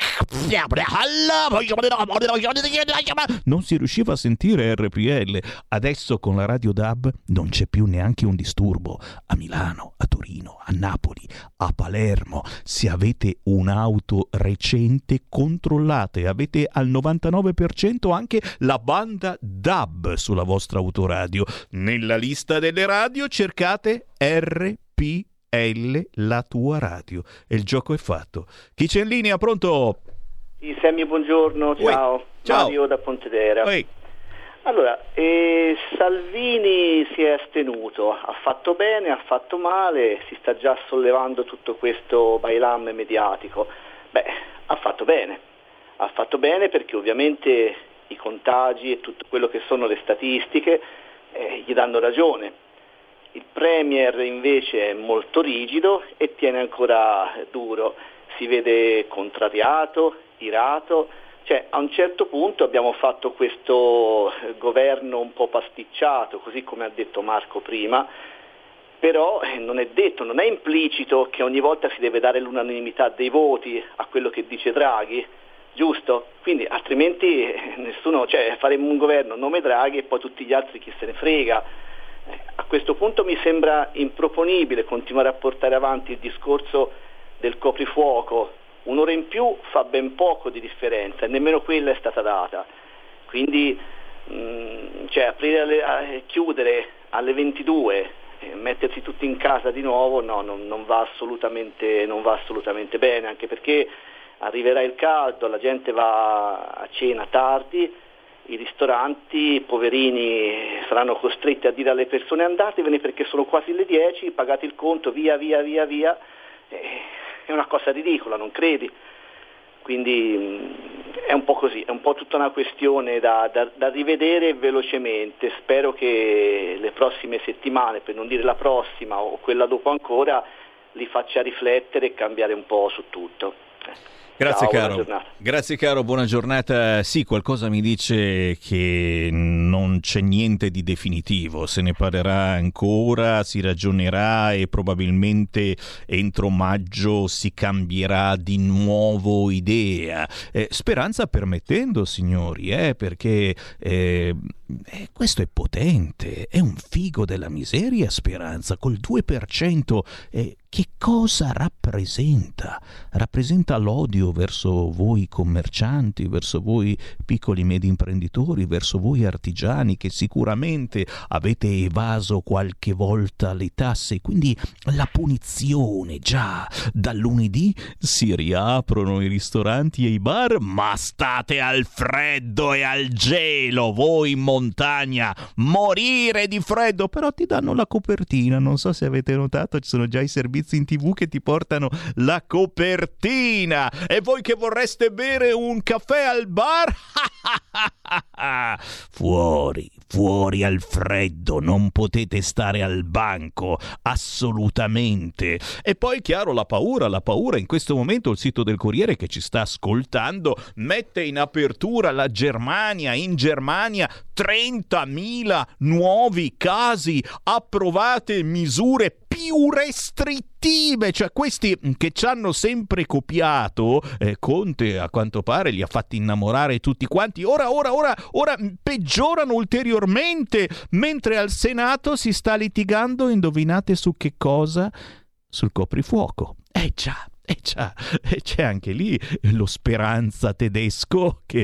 non si riusciva a sentire R P L. Adesso con la Radio D A B non c'è più neanche un disturbo. A Milano, a Torino, a Napoli, a Palermo, se avete un'auto recente, controllate, avete al novantanove per cento anche la banda D A B sulla vostra autoradio. Nella lista delle radio cercate R P L, la tua radio, e il gioco è fatto. Chi c'è in linea? Pronto? Sì, Sammy, buongiorno, ciao. Ui, ciao. Mario da Pontedera. Ui. Allora, eh, Salvini si è astenuto, ha fatto bene, ha fatto male, si sta già sollevando tutto questo bailam mediatico. Beh, ha fatto bene, ha fatto bene perché ovviamente i contagi e tutto quello che sono le statistiche eh, gli danno ragione. Il Premier invece è molto rigido e tiene ancora duro, si vede contrariato, irato, cioè a un certo punto abbiamo fatto questo governo un po' pasticciato, così come ha detto Marco prima, però non è detto, non è implicito che ogni volta si deve dare l'unanimità dei voti a quello che dice Draghi, giusto? Quindi altrimenti nessuno, cioè faremo un governo nome Draghi e poi tutti gli altri chi se ne frega. A questo punto mi sembra improponibile continuare a portare avanti il discorso del coprifuoco. Un'ora in più fa ben poco di differenza e nemmeno quella è stata data. Quindi mh, cioè, cioè aprire alle, a, chiudere alle ventidue e mettersi tutti in casa di nuovo, no, non, non va assolutamente, non va assolutamente bene, anche perché arriverà il caldo, la gente va a cena tardi, i ristoranti, poverini, saranno costretti a dire alle persone andatevene perché sono quasi le dieci, pagate il conto, via, via, via, via. È una cosa ridicola, non credi? Quindi è un po' così, è un po' tutta una questione da, da, da rivedere velocemente. Spero che le prossime settimane, per non dire la prossima o quella dopo ancora, li faccia riflettere e cambiare un po' su tutto. Grazie. Ciao, caro, grazie caro, buona giornata. Sì, qualcosa mi dice che non c'è niente di definitivo, se ne parlerà ancora, si ragionerà e probabilmente entro maggio si cambierà di nuovo idea. Eh, speranza permettendo, signori, eh, perché eh, eh, questo è potente, è un figo della miseria, Speranza, col due per cento. Eh, che cosa rappresenta? Rappresenta l'odio verso voi commercianti, verso voi piccoli e medi imprenditori, verso voi artigiani che sicuramente avete evaso qualche volta le tasse, quindi la punizione. Già dal lunedì si riaprono i ristoranti e i bar, ma state al freddo e al gelo, voi in montagna, morire di freddo, però ti danno la copertina. Non so se avete notato, ci sono già i servizi in tv che ti portano la copertina. E voi che vorreste bere un caffè al bar? Fuori, fuori al freddo, non potete stare al banco, assolutamente. E poi chiaro la paura, la paura in questo momento. Il sito del Corriere che ci sta ascoltando mette in apertura la Germania. In Germania trentamila nuovi casi, approvate misure più restrittive, cioè questi che ci hanno sempre copiato, eh, Conte a quanto pare li ha fatti innamorare tutti quanti, ora, ora, ora, ora peggiorano ulteriormente, mentre al Senato si sta litigando, indovinate su che cosa? Sul coprifuoco. Eh già, eh già, e c'è anche lì lo Speranza tedesco che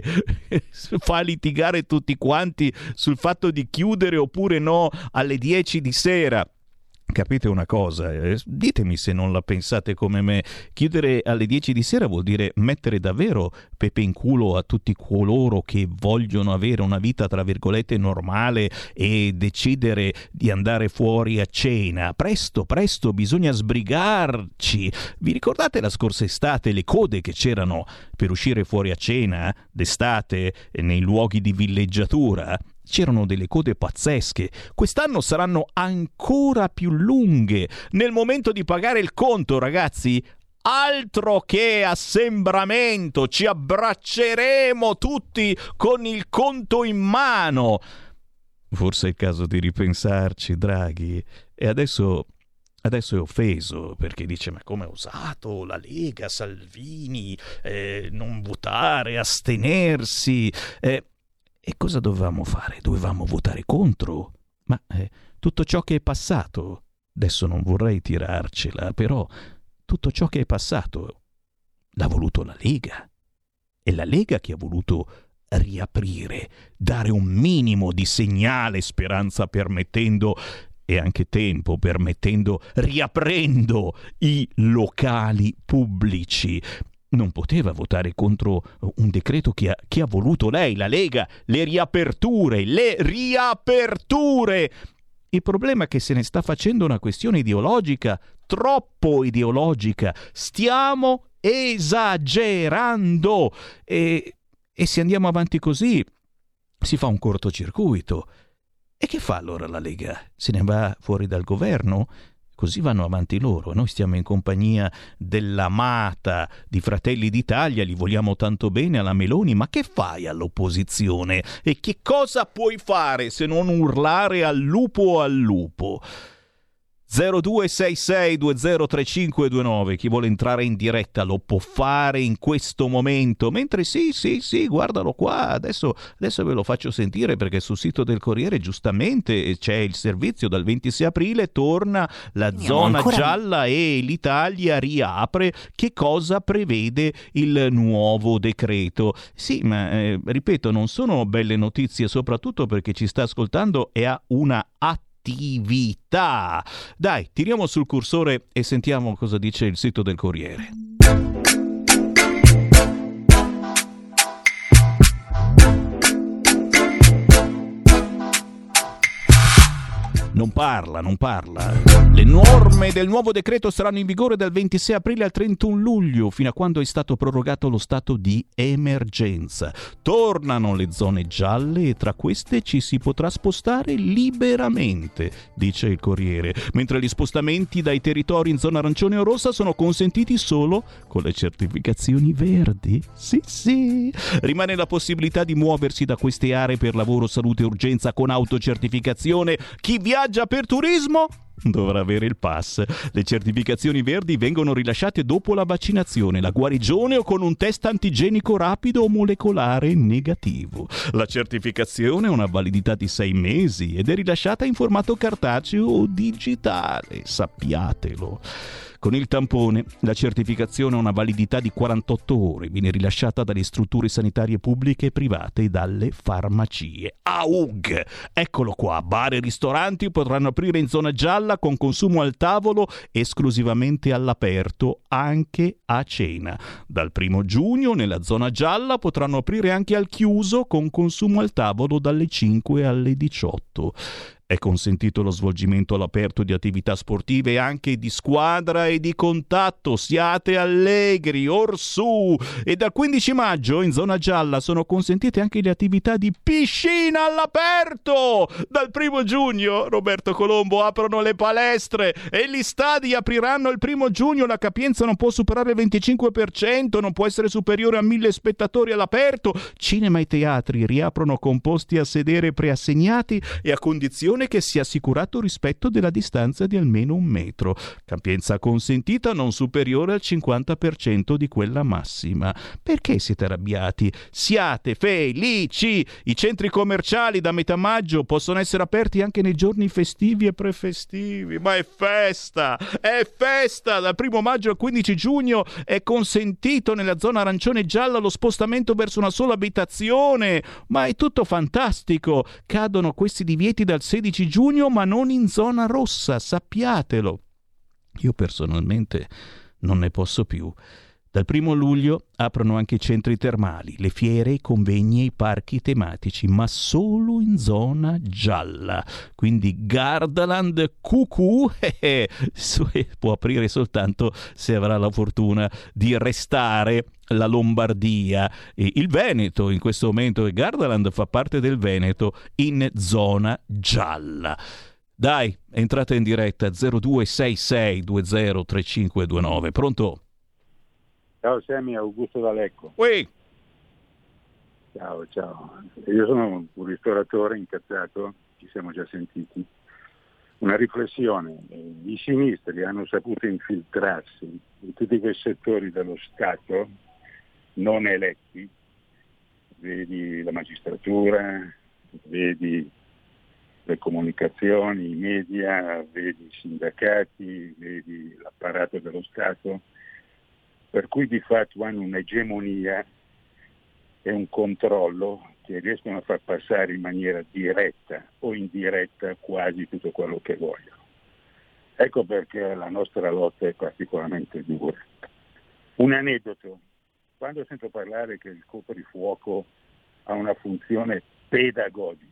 fa litigare tutti quanti sul fatto di chiudere oppure no alle dieci di sera. Capite una cosa? Eh, ditemi se non la pensate come me. Chiudere alle dieci di sera vuol dire mettere davvero pepe in culo a tutti coloro che vogliono avere una vita tra virgolette normale e decidere di andare fuori a cena. Presto, presto, bisogna sbrigarci. Vi ricordate la scorsa estate le code che c'erano per uscire fuori a cena d'estate nei luoghi di villeggiatura? C'erano delle code pazzesche. Quest'anno saranno ancora più lunghe. Nel momento di pagare il conto, ragazzi, altro che assembramento, ci abbracceremo tutti con il conto in mano. Forse è il caso di ripensarci, Draghi. E adesso Adesso è offeso perché dice: ma come ha osato la Lega, Salvini, eh, non votare, astenersi? Eh, E cosa dovevamo fare? Dovevamo votare contro? Ma eh, tutto ciò che è passato, adesso non vorrei tirarcela, però tutto ciò che è passato l'ha voluto la Lega. È la Lega che ha voluto riaprire, dare un minimo di segnale, Speranza permettendo, e anche tempo permettendo, riaprendo i locali pubblici. Non poteva votare contro un decreto che ha, che ha voluto lei, la Lega, le riaperture, le riaperture. Il problema è che se ne sta facendo una questione ideologica, troppo ideologica. Stiamo esagerando e, e se andiamo avanti così si fa un cortocircuito. E che fa allora la Lega? Se ne va fuori dal governo? Così vanno avanti loro. Noi stiamo in compagnia dell'amata di Fratelli d'Italia, li vogliamo tanto bene alla Meloni, ma che fai all'opposizione? E che cosa puoi fare se non urlare al lupo o al lupo? zero due sei sei due zero tre cinque due nove. Chi vuole entrare in diretta lo può fare in questo momento, mentre sì sì sì guardalo qua, adesso, adesso ve lo faccio sentire, perché sul sito del Corriere giustamente c'è il servizio. Dal ventisei aprile torna la Andiamo zona ancora... gialla e l'Italia riapre. Che cosa prevede il nuovo decreto? Sì, ma eh, ripeto, non sono belle notizie, soprattutto perché ci sta ascoltando e ha una attività. Dai, tiriamo sul cursore e sentiamo cosa dice il sito del Corriere. Non parla, non parla. Le norme del nuovo decreto saranno in vigore dal ventisei aprile al trentuno luglio, fino a quando è stato prorogato lo stato di emergenza. Tornano le zone gialle e tra queste ci si potrà spostare liberamente, dice il Corriere, mentre gli spostamenti dai territori in zona arancione o rossa sono consentiti solo con le certificazioni verdi. Sì, sì. Rimane la possibilità di muoversi da queste aree per lavoro, salute e urgenza con autocertificazione. Chi viaggia per turismo dovrà avere il pass. Le certificazioni verdi vengono rilasciate dopo la vaccinazione, la guarigione o con un test antigenico rapido o molecolare negativo. La certificazione ha una validità di sei mesi ed è rilasciata in formato cartaceo o digitale, sappiatelo. Con il tampone la certificazione ha una validità di quarantotto ore, viene rilasciata dalle strutture sanitarie pubbliche e private e dalle farmacie. A U G! Eccolo qua, bar e ristoranti potranno aprire in zona gialla con consumo al tavolo esclusivamente all'aperto, anche a cena. Dal primo giugno nella zona gialla potranno aprire anche al chiuso con consumo al tavolo dalle cinque alle diciotto. È consentito lo svolgimento all'aperto di attività sportive anche di squadra e di contatto. Siate allegri, orsù! E dal quindici maggio in zona gialla sono consentite anche le attività di piscina all'aperto. Dal primo giugno, Roberto Colombo, aprono le palestre e gli stadi apriranno il primo giugno. La capienza non può superare il venticinque per cento, non può essere superiore a mille spettatori all'aperto. Cinema e teatri riaprono con posti a sedere preassegnati e a condizione che sia assicurato rispetto della distanza di almeno un metro. Capienza consentita non superiore al cinquanta per cento di quella massima. Perché siete arrabbiati? Siate felici! I centri commerciali da metà maggio possono essere aperti anche nei giorni festivi e prefestivi. Ma è festa! È festa! Dal primo maggio al quindici giugno è consentito nella zona arancione e gialla lo spostamento verso una sola abitazione. Ma è tutto fantastico! Cadono questi divieti dal sedici giugno, ma non in zona rossa, sappiatelo. Io personalmente non ne posso più. Dal primo luglio aprono anche i centri termali, le fiere, i convegni e i parchi tematici, ma solo in zona gialla. Quindi Gardaland cucù eh, eh, può aprire soltanto se avrà la fortuna di restare la Lombardia e il Veneto. In questo momento Gardaland fa parte del Veneto in zona gialla. Dai, entrate in diretta zero due sei sei due zero tre cinque due nove. Pronto? Ciao Sammy, Augusto da Lecco. Ui. Ciao, ciao. Io sono un ristoratore incazzato, ci siamo già sentiti. Una riflessione, i sinistri hanno saputo infiltrarsi in tutti quei settori dello Stato non eletti, vedi la magistratura, vedi le comunicazioni, i media, vedi i sindacati, vedi l'apparato dello Stato, per cui di fatto hanno un'egemonia e un controllo che riescono a far passare in maniera diretta o indiretta quasi tutto quello che vogliono. Ecco perché la nostra lotta è particolarmente dura. Un aneddoto: quando sento parlare che il coprifuoco ha una funzione pedagogica,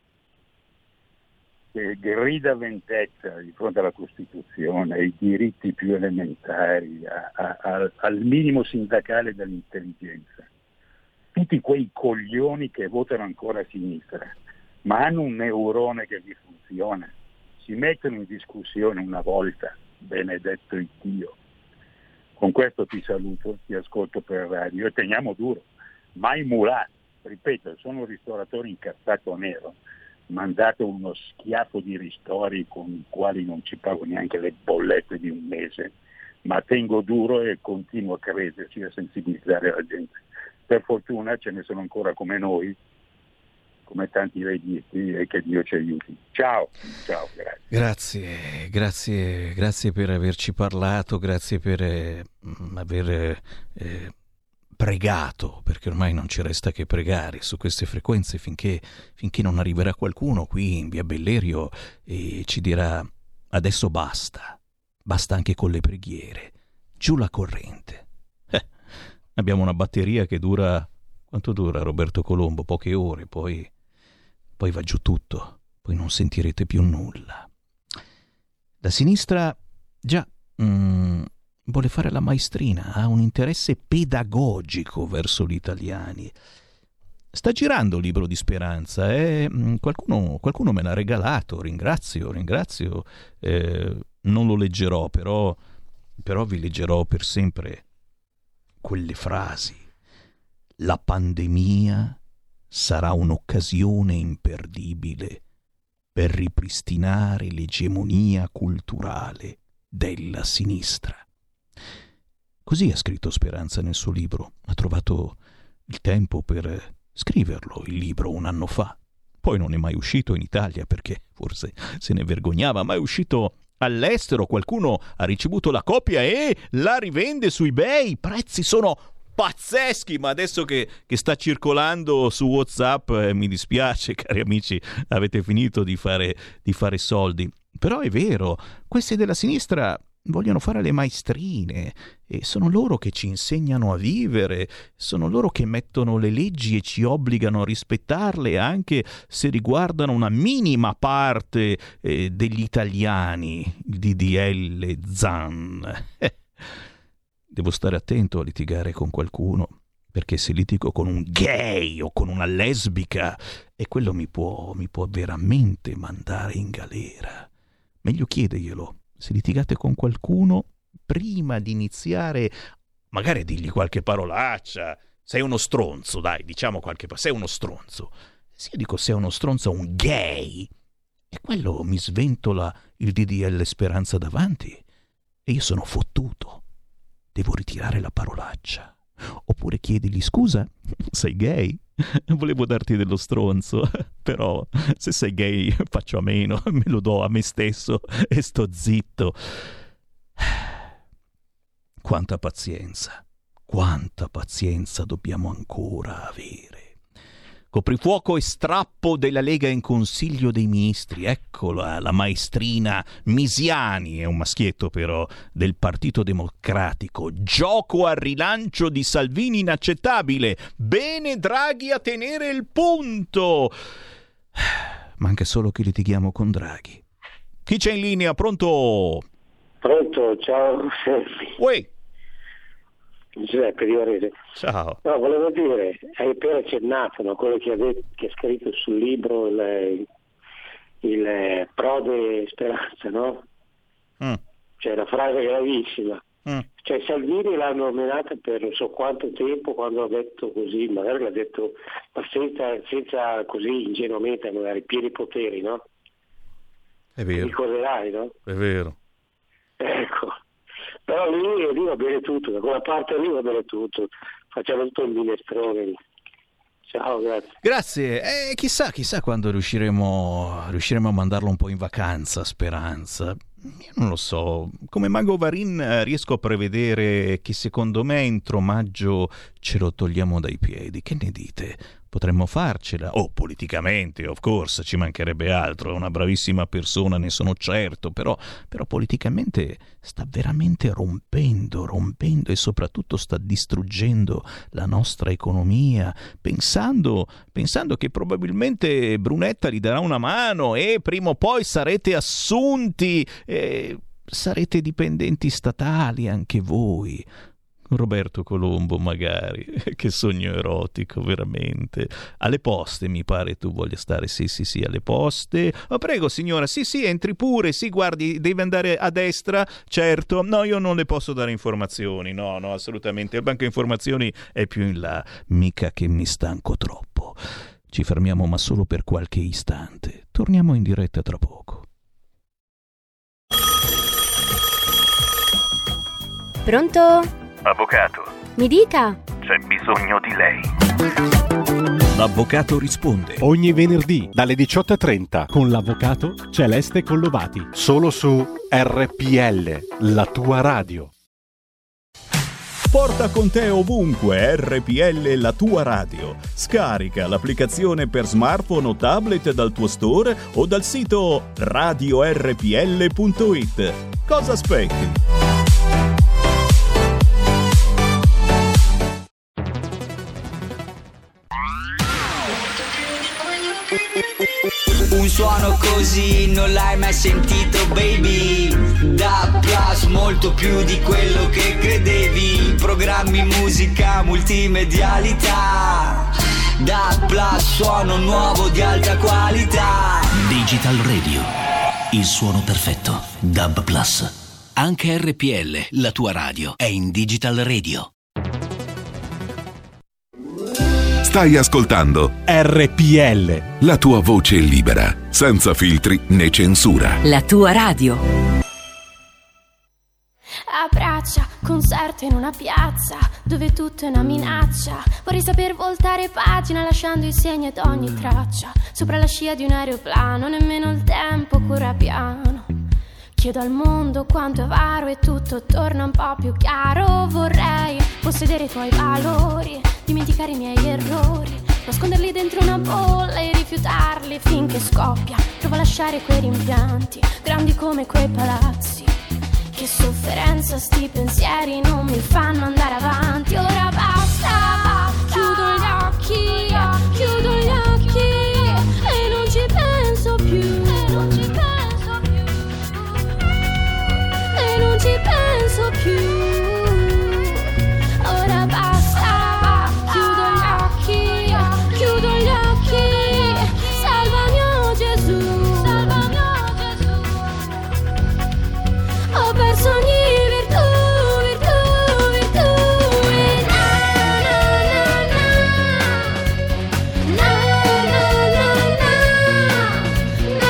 che grida vendetta di fronte alla Costituzione, ai diritti più elementari, a, a, a, al minimo sindacale dell'intelligenza, tutti quei coglioni che votano ancora a sinistra, ma hanno un neurone che vi funziona, si mettono in discussione una volta, benedetto il Dio. Con questo ti saluto, ti ascolto per radio e teniamo duro, mai mulato. Ripeto, sono un ristoratore incazzato nero, mandato uno schiaffo di ristori con i quali non ci pago neanche le bollette di un mese, ma tengo duro e continuo a crederci, a sensibilizzare la gente. Per fortuna ce ne sono ancora come noi, come tanti leghisti, e che Dio ci aiuti. Ciao, ciao, grazie. Grazie, grazie, grazie per averci parlato, grazie per eh, aver eh, pregato, perché ormai non ci resta che pregare su queste frequenze finché, finché non arriverà qualcuno qui in via Bellerio e ci dirà adesso basta, basta anche con le preghiere, giù la corrente. Eh, abbiamo una batteria che dura, quanto dura Roberto Colombo? Poche ore, poi... Poi va giù tutto, poi non sentirete più nulla. La sinistra, già, mm, vuole fare la maestrina, ha un interesse pedagogico verso gli italiani. Sta girando il libro di Speranza, eh? qualcuno, qualcuno me l'ha regalato, ringrazio, ringrazio. Eh, non lo leggerò, però, però vi leggerò per sempre quelle frasi. La pandemia sarà un'occasione imperdibile per ripristinare l'egemonia culturale della sinistra. Così ha scritto Speranza nel suo libro. Ha trovato il tempo per scriverlo, il libro, un anno fa. Poi non è mai uscito in Italia perché forse se ne vergognava, ma è uscito all'estero. Qualcuno ha ricevuto la copia e la rivende su eBay. I prezzi sono pazzeschi, ma adesso che, che sta circolando su WhatsApp eh, mi dispiace, cari amici, avete finito di fare, di fare soldi. Però è vero, questi della sinistra vogliono fare le maestrine e sono loro che ci insegnano a vivere, sono loro che mettono le leggi e ci obbligano a rispettarle anche se riguardano una minima parte eh, degli italiani, il D D L Zan. Devo stare attento a litigare con qualcuno, perché se litigo con un gay o con una lesbica, e quello mi può, mi può veramente mandare in galera. Meglio chiederglielo. Se litigate con qualcuno, prima di iniziare, magari digli qualche parolaccia. Sei uno stronzo, dai, diciamo qualche parola. Sei uno stronzo. Se io dico sei uno stronzo a un gay, e quello mi sventola il D D L Speranza davanti, e io sono fottuto. Devo ritirare la parolaccia. Oppure chiedigli scusa, sei gay? Volevo darti dello stronzo, però se sei gay faccio a meno, me lo do a me stesso e sto zitto. Quanta pazienza, quanta pazienza dobbiamo ancora avere. Coprifuoco e strappo della Lega in Consiglio dei Ministri. Eccola, la maestrina Misiani, è un maschietto però, del Partito Democratico. Gioco al rilancio di Salvini inaccettabile. Bene Draghi a tenere il punto. Manca solo che litighiamo con Draghi. Chi c'è in linea? Pronto? Pronto, ciao Servi. Uè. Giuseppe di Varese. Ciao. No, volevo dire, hai appena accennato, no, quello che ha, detto, che ha scritto sul libro il, il Prode Speranza, no? Mm. Cioè una frase gravissima. Mm. Cioè Salvini l'ha nominata per non so quanto tempo, quando ha detto così, magari l'ha detto ma senza, senza così ingenuamente, magari pieni poteri, no? È vero. Ti ricorderai, no? È vero. Ecco. Però lì, lì va bene tutto, da quella parte lì va bene tutto, facciamo tutto il minestrone. Ciao, grazie. Grazie, eh, chissà, chissà quando riusciremo, riusciremo a mandarlo un po' in vacanza, Speranza. Io non lo so, come Mago Varin riesco a prevedere che secondo me entro maggio ce lo togliamo dai piedi, che ne dite? Potremmo farcela, oh, politicamente, of course, ci mancherebbe altro, è una bravissima persona, ne sono certo, però, però politicamente sta veramente rompendo, rompendo e soprattutto sta distruggendo la nostra economia, pensando, pensando che probabilmente Brunetta gli darà una mano e prima o poi sarete assunti, e sarete dipendenti statali anche voi. Roberto Colombo magari, che sogno erotico veramente. Alle poste mi pare tu voglia stare, sì sì sì alle poste. Oh, prego signora, sì sì entri pure, sì guardi deve andare a destra, certo. No, io non le posso dare informazioni, no no assolutamente, il banco informazioni è più in là, mica che mi stanco troppo. Ci fermiamo ma solo per qualche istante. Torniamo in diretta tra poco. Pronto? Avvocato. Mi dica. C'è bisogno di lei. L'avvocato risponde. Ogni venerdì dalle diciotto e trenta con l'avvocato Celeste Collovati. Solo su R P L, la tua radio. Porta con te ovunque R P L, la tua radio. Scarica l'applicazione per smartphone o tablet dal tuo store o dal sito radio r p l punto i t. Cosa aspetti? Un suono così non l'hai mai sentito, baby. Da Plus, molto più di quello che credevi. Programmi, musica, multimedialità. Da Plus, suono nuovo di alta qualità. Digital Radio, il suono perfetto. D A B Plus. Anche R P L, la tua radio, è in Digital Radio. Stai ascoltando R P L, la tua voce libera, senza filtri né censura. La tua radio. A braccia, concerto in una piazza dove tutto è una minaccia. Vorrei saper voltare pagina lasciando i segni ad ogni traccia. Sopra la scia di un aeroplano, nemmeno il tempo corre piano. Chiedo al mondo quanto è avaro e tutto torna un po' più chiaro. Vorrei possedere i tuoi valori, dimenticare i miei errori, nasconderli dentro una bolla e rifiutarli finché scoppia. Provo a lasciare quei rimpianti, grandi come quei palazzi. Che sofferenza sti pensieri non mi fanno andare avanti. Ora basta, chiudo gli occhi, chiudo gli occhi e non ci penso più. Non ci penso più. Ora basta, chiudo gli occhi, chiudo gli occhi. Salvami, oh Gesù, salvami, oh Gesù. Ho perso ogni virtù, virtù, virtù. E na na na na, na na na na, na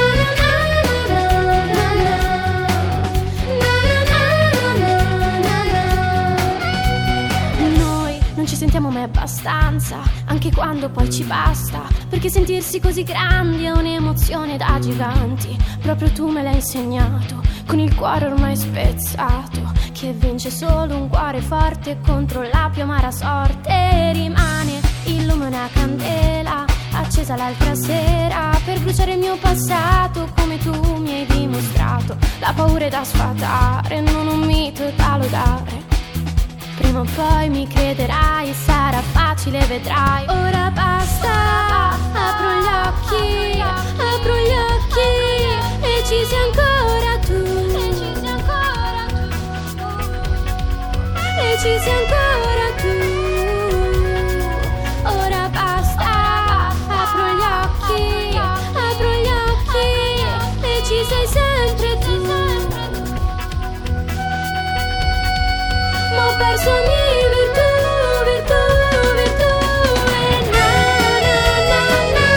ci sentiamo mai abbastanza, anche quando poi ci basta, perché sentirsi così grandi è un'emozione da giganti. Proprio tu me l'hai insegnato, con il cuore ormai spezzato, che vince solo un cuore forte contro la più amara sorte. Rimane il lume, una candela accesa l'altra sera, per bruciare il mio passato come tu mi hai dimostrato. La paura è da sfatare, non un mito da lodare. Prima o poi mi crederai, sarà facile, vedrai. Ora basta, apro gli occhi, apro gli occhi e ci sei ancora tu. E ci sei ancora tu. Ora basta, apro gli occhi, apro gli occhi e ci sei sempre tu. Ma ho perso ogni virtù, virtù, virtù. E na na na na,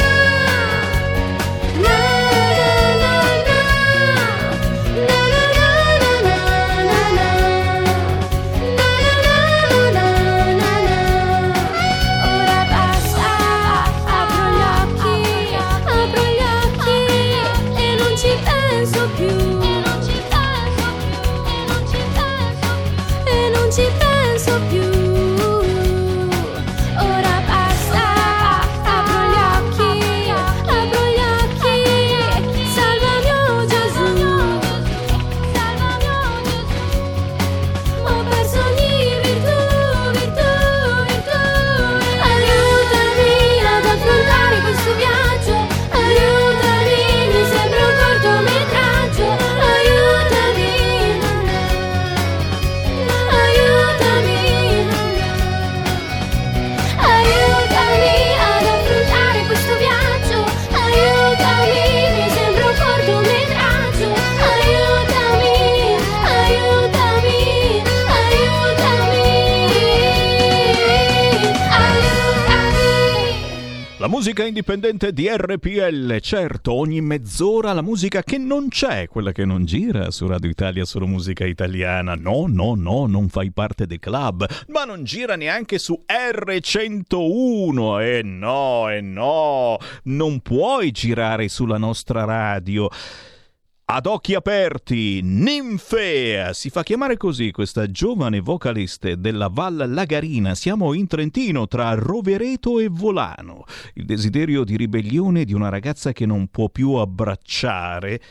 na na na na, na na na na na, na na na na. Ora basta, apro gli occhi, apro gli occhi e non ci penso più. E non ci penso più, e non ci penso più. E non ci penso La musica indipendente di R P L, certo, ogni mezz'ora la musica che non c'è, quella che non gira su Radio Italia, solo musica italiana. No, no, no, non fai parte del club, ma non gira neanche su R centouno. E eh no, e eh no, non puoi girare sulla nostra radio. Ad occhi aperti, Ninfea, si fa chiamare così questa giovane vocalista della Val Lagarina. Siamo in Trentino, tra Rovereto e Volano. Il desiderio di ribellione di una ragazza che non può più abbracciare,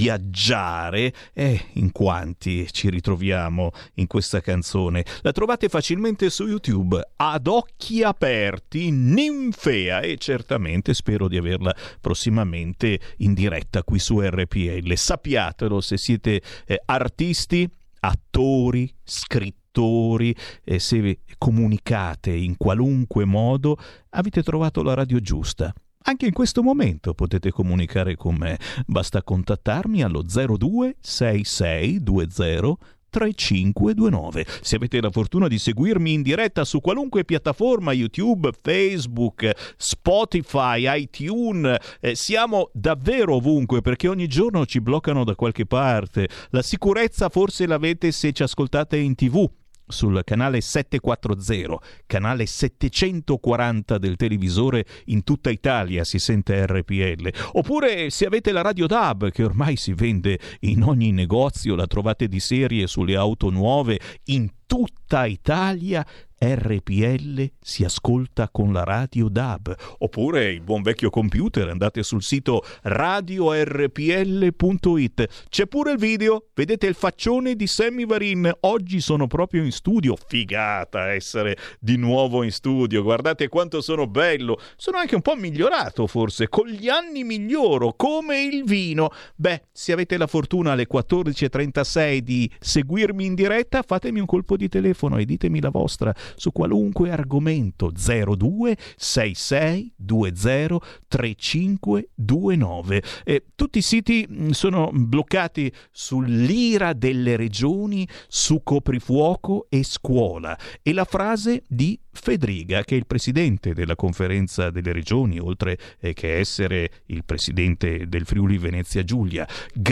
viaggiare, e in quanti ci ritroviamo in questa canzone. La trovate facilmente su YouTube, Ad occhi aperti, Ninfea, e certamente spero di averla prossimamente in diretta qui su R P L. Sappiatelo, se siete eh, artisti, attori, scrittori, e se comunicate in qualunque modo, avete trovato la radio giusta. Anche in questo momento potete comunicare con me, basta contattarmi allo zero due sei sei due zero tre cinque due nove. Se avete la fortuna di seguirmi in diretta su qualunque piattaforma, YouTube, Facebook, Spotify, iTunes, eh, siamo davvero ovunque, perché ogni giorno ci bloccano da qualche parte. La sicurezza forse l'avete se ci ascoltate in TV, sul canale settecentoquaranta, canale settecentoquaranta del televisore, in tutta Italia si sente R P L. Oppure se avete la radio D A B, che ormai si vende in ogni negozio, la trovate di serie sulle auto nuove, in tutta Italia R P L si ascolta con la radio D A B. Oppure il buon vecchio computer, andate sul sito radio r p l punto i t. C'è pure il video, vedete il faccione di Sammy Varin. Oggi sono proprio in studio, figata essere di nuovo in studio, guardate quanto sono bello. Sono anche un po' migliorato, forse, con gli anni miglioro, come il vino. Beh, se avete la fortuna alle quattordici e trentasei di seguirmi in diretta, fatemi un colpo di telefono e ditemi la vostra su qualunque argomento. Zero due sei sei due zero tre cinque due nove. Eh, tutti i siti sono bloccati sull'ira delle regioni, su coprifuoco e scuola, e la frase di Fedriga, che è il presidente della conferenza delle regioni, oltre eh, che essere il presidente del Friuli Venezia Giulia.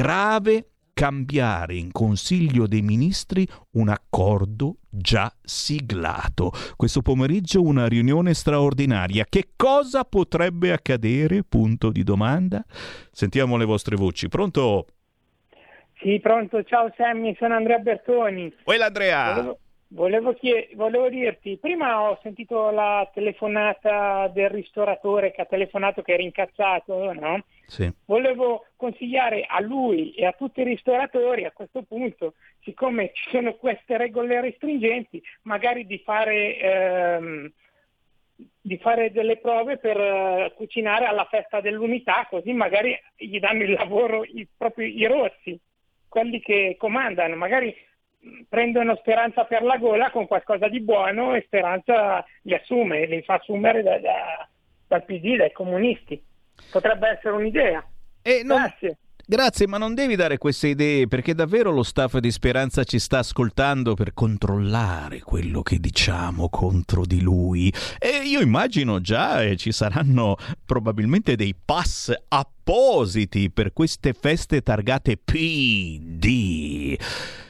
Grave cambiare in Consiglio dei Ministri un accordo già siglato. Questo pomeriggio una riunione straordinaria. Che cosa potrebbe accadere? Punto di domanda. Sentiamo le vostre voci. Pronto? Sì, pronto. Ciao Sammy, sono Andrea Bertoni. Uè, Andrea. Volevo, volevo, chied- volevo dirti, prima ho sentito la telefonata del ristoratore che ha telefonato, che era incazzato, no? Sì. Volevo consigliare a lui e a tutti i ristoratori, a questo punto, siccome ci sono queste regole restringenti, magari di fare ehm, di fare delle prove per uh, cucinare alla festa dell'unità, così magari gli danno il lavoro i, proprio i rossi, quelli che comandano, magari prendono Speranza per la gola con qualcosa di buono e Speranza li assume, li fa assumere da, da, dal P D, dai comunisti. Potrebbe essere un'idea. Eh, non... Grazie. Grazie, ma non devi dare queste idee, perché davvero lo staff di Speranza ci sta ascoltando per controllare quello che diciamo contro di lui. E io immagino già eh, ci saranno probabilmente dei pass appositi per queste feste targate P D.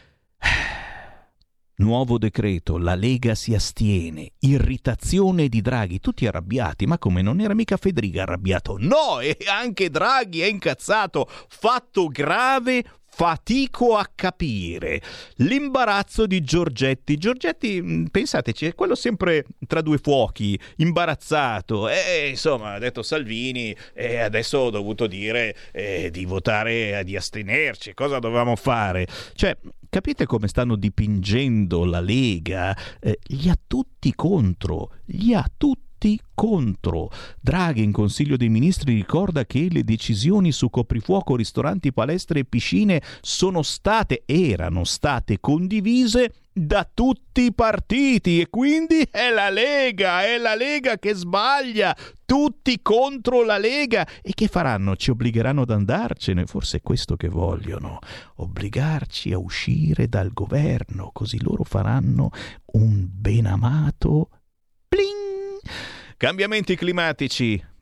Nuovo decreto, la Lega si astiene, irritazione di Draghi, tutti arrabbiati, ma come, non era mica Fedriga arrabbiato? No, e anche Draghi è incazzato, fatto grave, fatico a capire. L'imbarazzo di Giorgetti, Giorgetti, pensateci, è quello sempre tra due fuochi, imbarazzato, e insomma ha detto Salvini e adesso ho dovuto dire eh, di votare, di astenerci, cosa dovevamo fare? Cioè, capite come stanno dipingendo la Lega? Eh, li ha tutti contro, li ha tutti contro. Draghi in Consiglio dei Ministri ricorda che le decisioni su coprifuoco, ristoranti, palestre e piscine sono state, erano state condivise da tutti i partiti, e quindi è la Lega, è la Lega che sbaglia, tutti contro la Lega. E che faranno? Ci obbligheranno ad andarcene, forse è questo che vogliono, obbligarci a uscire dal governo, così loro faranno un benamato pling. Cambiamenti climatici,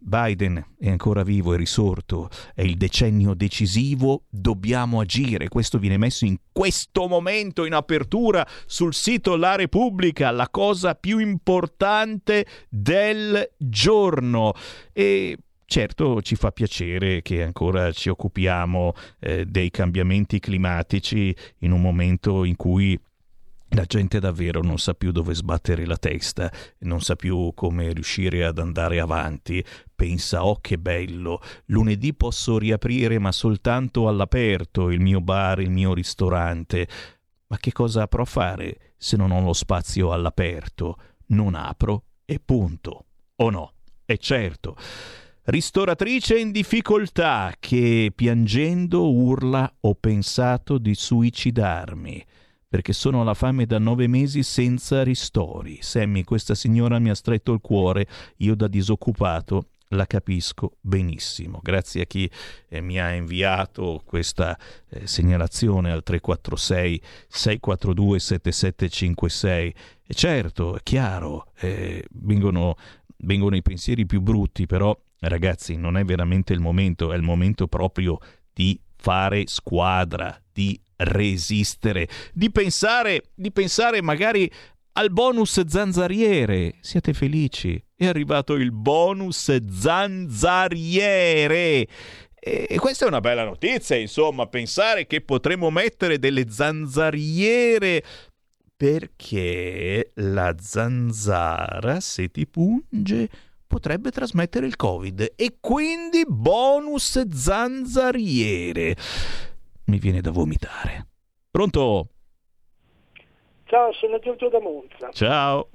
Biden è ancora vivo, è risorto, è il decennio decisivo, dobbiamo agire. Questo viene messo in questo momento in apertura sul sito La Repubblica, la cosa più importante del giorno. E certo ci fa piacere che ancora ci occupiamo eh, dei cambiamenti climatici in un momento in cui la gente davvero non sa più dove sbattere la testa, non sa più come riuscire ad andare avanti. Pensa, oh che bello, lunedì posso riaprire ma soltanto all'aperto il mio bar, il mio ristorante. Ma che cosa avrò a fare se non ho lo spazio all'aperto? Non apro e punto. O no? E certo. Ristoratrice in difficoltà che piangendo urla: ho pensato di suicidarmi perché sono alla fame da nove mesi senza ristori. Sammy, questa signora mi ha stretto il cuore, io da disoccupato la capisco benissimo. Grazie a chi eh, mi ha inviato questa eh, segnalazione al tre quattro sei sei quattro due sette sette cinque sei. E certo, è chiaro, eh, vengono, vengono i pensieri più brutti, però ragazzi non è veramente il momento, è il momento proprio di fare squadra, di resistere, di pensare, di pensare magari al bonus zanzariere. Siate felici, è arrivato il bonus zanzariere e questa è una bella notizia, insomma, pensare che potremo mettere delle zanzariere, perché la zanzara, se ti punge, potrebbe trasmettere il Covid, e quindi bonus zanzariere. Mi viene da vomitare. Pronto? Ciao, sono Giorgio da Monza. Ciao.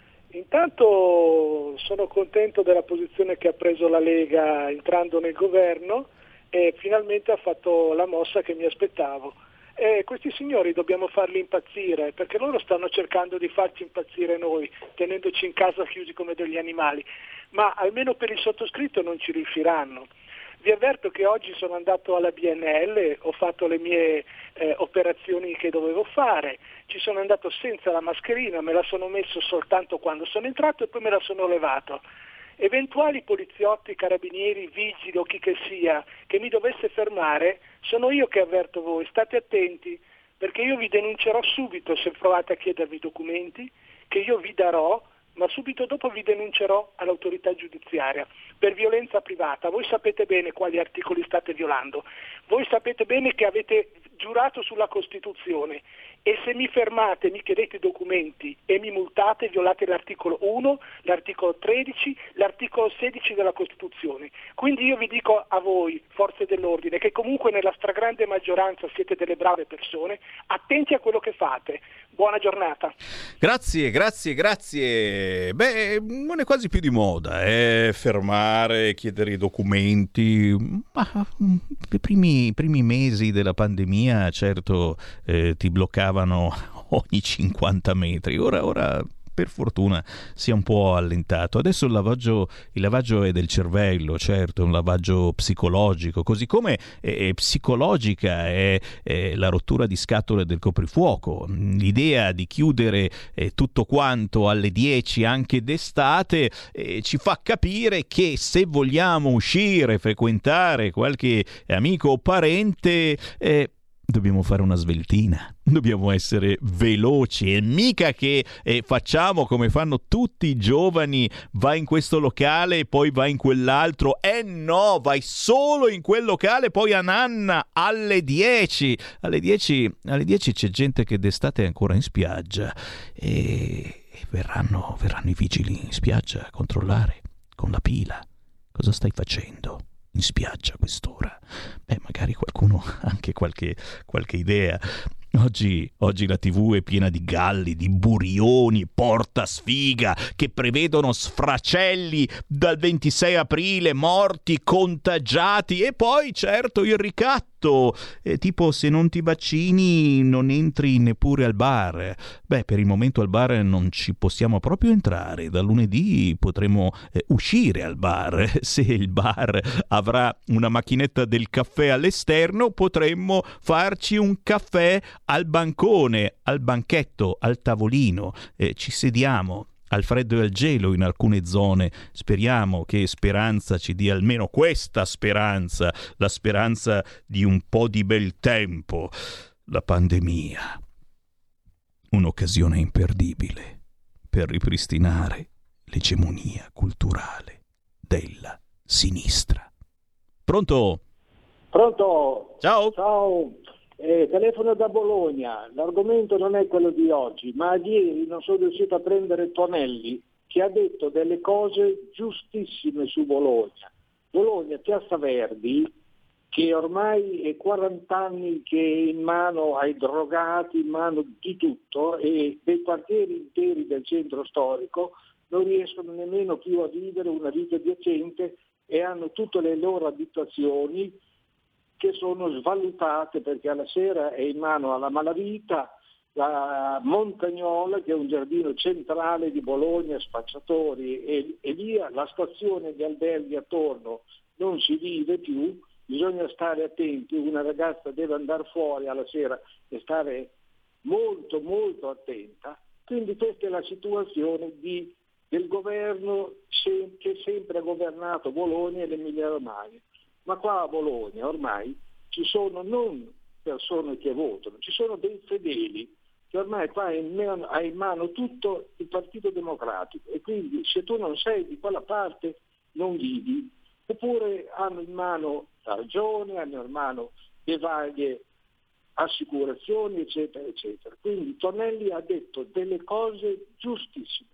Intanto sono contento della posizione che ha preso la Lega entrando nel governo e finalmente ha fatto la mossa che mi aspettavo. E questi signori dobbiamo farli impazzire, perché loro stanno cercando di farci impazzire noi, tenendoci in casa chiusi come degli animali, ma almeno per il sottoscritto non ci riusciranno. Vi avverto che oggi sono andato alla B N L, ho fatto le mie eh, operazioni che dovevo fare, ci sono andato senza la mascherina, me la sono messo soltanto quando sono entrato e poi me la sono levato. Eventuali poliziotti, carabinieri, vigili o chi che sia che mi dovesse fermare, sono io che avverto voi, state attenti, perché io vi denuncerò subito se provate a chiedervi documenti, che io vi darò, ma subito dopo vi denuncerò all'autorità giudiziaria per violenza privata. Voi sapete bene quali articoli state violando, voi sapete bene che avete giurato sulla Costituzione e se mi fermate, mi chiedete documenti e mi multate, violate l'articolo uno, l'articolo tredici, l'articolo sedici della Costituzione. Quindi io vi dico a voi, forze dell'ordine, che comunque nella stragrande maggioranza siete delle brave persone, attenti a quello che fate. Buona giornata. Grazie, grazie, grazie. Beh, non è quasi più di moda, eh? Fermare, chiedere i documenti. Ma i primi, primi mesi della pandemia, certo, eh, ti bloccavano ogni cinquanta metri. Ora, ora per fortuna si è un po' allentato. Adesso il lavaggio, il lavaggio è del cervello, certo, è un lavaggio psicologico, così come è, è psicologica è, è la rottura di scatole del coprifuoco. L'idea di chiudere eh, tutto quanto alle dieci anche d'estate eh, ci fa capire che se vogliamo uscire, frequentare qualche amico o parente, eh, dobbiamo fare una sveltina, dobbiamo essere veloci e mica che eh, facciamo come fanno tutti i giovani, vai in questo locale e poi vai in quell'altro. Eh no, vai solo in quel locale, poi a nanna alle dieci. Alle dieci, alle dieci c'è gente che d'estate è ancora in spiaggia e, e verranno, verranno i vigili in spiaggia a controllare con la pila. Cosa stai facendo in spiaggia a quest'ora? Beh, magari qualcuno ha anche qualche, qualche idea. Oggi, oggi la tivù è piena di galli, di burioni, porta sfiga che prevedono sfracelli dal ventisei aprile, morti, contagiati e poi certo il ricatto, eh, tipo se non ti vaccini non entri neppure al bar. Beh, per il momento al bar non ci possiamo proprio entrare, da lunedì potremo eh, uscire al bar. Se il bar avrà una macchinetta del caffè all'esterno potremmo farci un caffè al bancone, al banchetto, al tavolino, eh, ci sediamo al freddo e al gelo in alcune zone. Speriamo che Speranza ci dia almeno questa speranza, la speranza di un po' di bel tempo. La pandemia, un'occasione imperdibile per ripristinare l'egemonia culturale della sinistra. Pronto? Pronto? Ciao. Ciao. Eh, telefono da Bologna. L'argomento non è quello di oggi, ma ieri non sono riuscito a prendere Tonelli, che ha detto delle cose giustissime su Bologna. Bologna, Piazza Verdi, che ormai è quaranta anni che è in mano ai drogati, in mano di tutto, e dei quartieri interi del centro storico non riescono nemmeno più a vivere una vita decente e hanno tutte le loro abitazioni che sono svalutate, perché alla sera è in mano alla malavita. La Montagnola, che è un giardino centrale di Bologna, spacciatori e, e via, la stazione di alberghi attorno non si vive più, bisogna stare attenti, una ragazza deve andare fuori alla sera e stare molto molto attenta. Quindi questa è la situazione di, del governo che sempre ha governato Bologna e l'Emilia Romagna. Ma qua a Bologna ormai ci sono non persone che votano, ci sono dei fedeli che ormai qua ha in mano tutto il Partito Democratico, e quindi se tu non sei di quella parte non vivi. Oppure hanno in mano la Regione, hanno in mano le varie assicurazioni, eccetera, eccetera. Quindi Tonelli ha detto delle cose giustissime.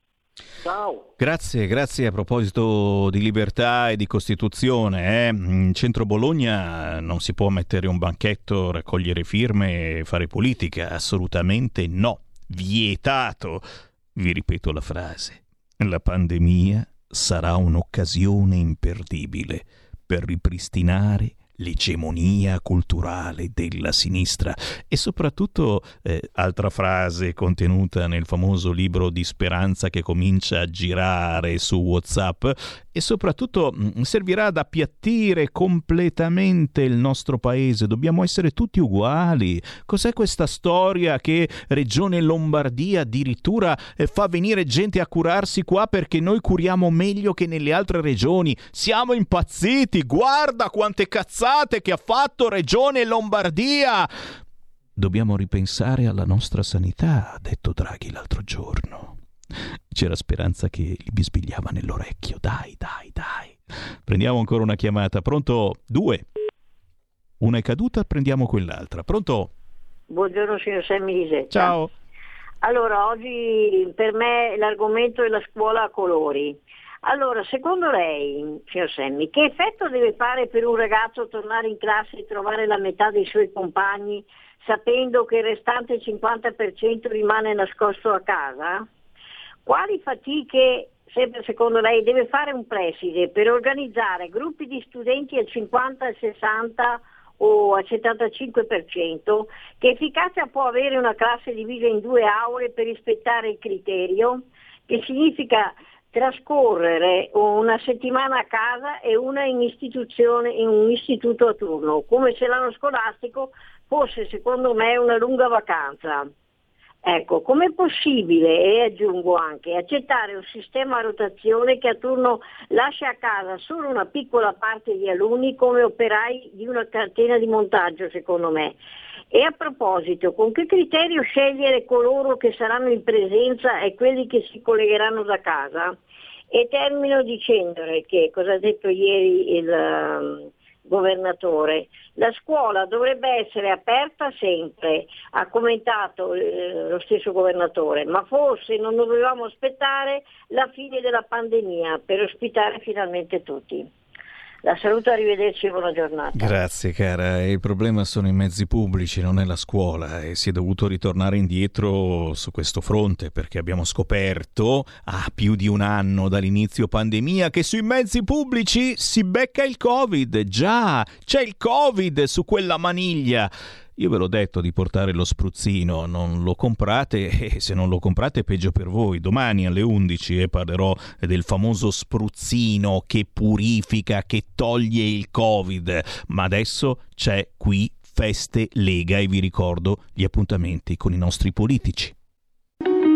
Ciao. Grazie, grazie. A proposito di libertà e di Costituzione, eh? In centro Bologna non si può mettere un banchetto, raccogliere firme e fare politica, assolutamente no, vietato. Vi ripeto la frase: la pandemia sarà un'occasione imperdibile per ripristinare l'egemonia culturale della sinistra. E soprattutto, eh, altra frase contenuta nel famoso libro di Speranza che comincia a girare su WhatsApp, e soprattutto mh, servirà ad appiattire completamente il nostro paese. Dobbiamo essere tutti uguali. Cos'è questa storia che Regione Lombardia addirittura eh, fa venire gente a curarsi qua perché noi curiamo meglio che nelle altre regioni? Siamo impazziti, guarda quante cazzate che ha fatto Regione Lombardia. Dobbiamo ripensare alla nostra sanità, ha detto Draghi l'altro giorno. C'era Speranza che gli bisbigliava nell'orecchio. Dai, dai, dai. Prendiamo ancora una chiamata. Pronto? Due. Una è caduta, prendiamo quell'altra. Pronto? Buongiorno signor Semmise. Ciao. Allora, oggi per me l'argomento è la scuola a colori. Allora, secondo lei, signor Semmi, che effetto deve fare per un ragazzo tornare in classe e trovare la metà dei suoi compagni sapendo che il restante cinquanta per cento rimane nascosto a casa? Quali fatiche, sempre secondo lei, deve fare un preside per organizzare gruppi di studenti al cinquanta, al sessanta o al settantacinque per cento? Che efficacia può avere una classe divisa in due aule per rispettare il criterio? Che significa trascorrere una settimana a casa e una in istituzione, in un istituto a turno, come se l'anno scolastico fosse, secondo me, una lunga vacanza. Ecco, com'è possibile, e aggiungo anche, accettare un sistema a rotazione che a turno lascia a casa solo una piccola parte di alunni come operai di una catena di montaggio, secondo me? E a proposito, con che criterio scegliere coloro che saranno in presenza e quelli che si collegheranno da casa? E termino dicendole che, cosa ha detto ieri il um, governatore, la scuola dovrebbe essere aperta sempre, ha commentato eh, lo stesso governatore, ma forse non dovevamo aspettare la fine della pandemia per ospitare finalmente tutti. La saluto, arrivederci e buona giornata. Grazie cara, il problema sono i mezzi pubblici, non è la scuola, e si è dovuto ritornare indietro su questo fronte perché abbiamo scoperto a più di un anno dall'inizio pandemia che sui mezzi pubblici si becca il Covid. Già, c'è il Covid su quella maniglia. Io ve l'ho detto di portare lo spruzzino, non lo comprate, e se non lo comprate peggio per voi. Domani alle undici eh, parlerò del famoso spruzzino che purifica, che toglie il Covid, ma adesso c'è qui Feste Lega e vi ricordo gli appuntamenti con i nostri politici.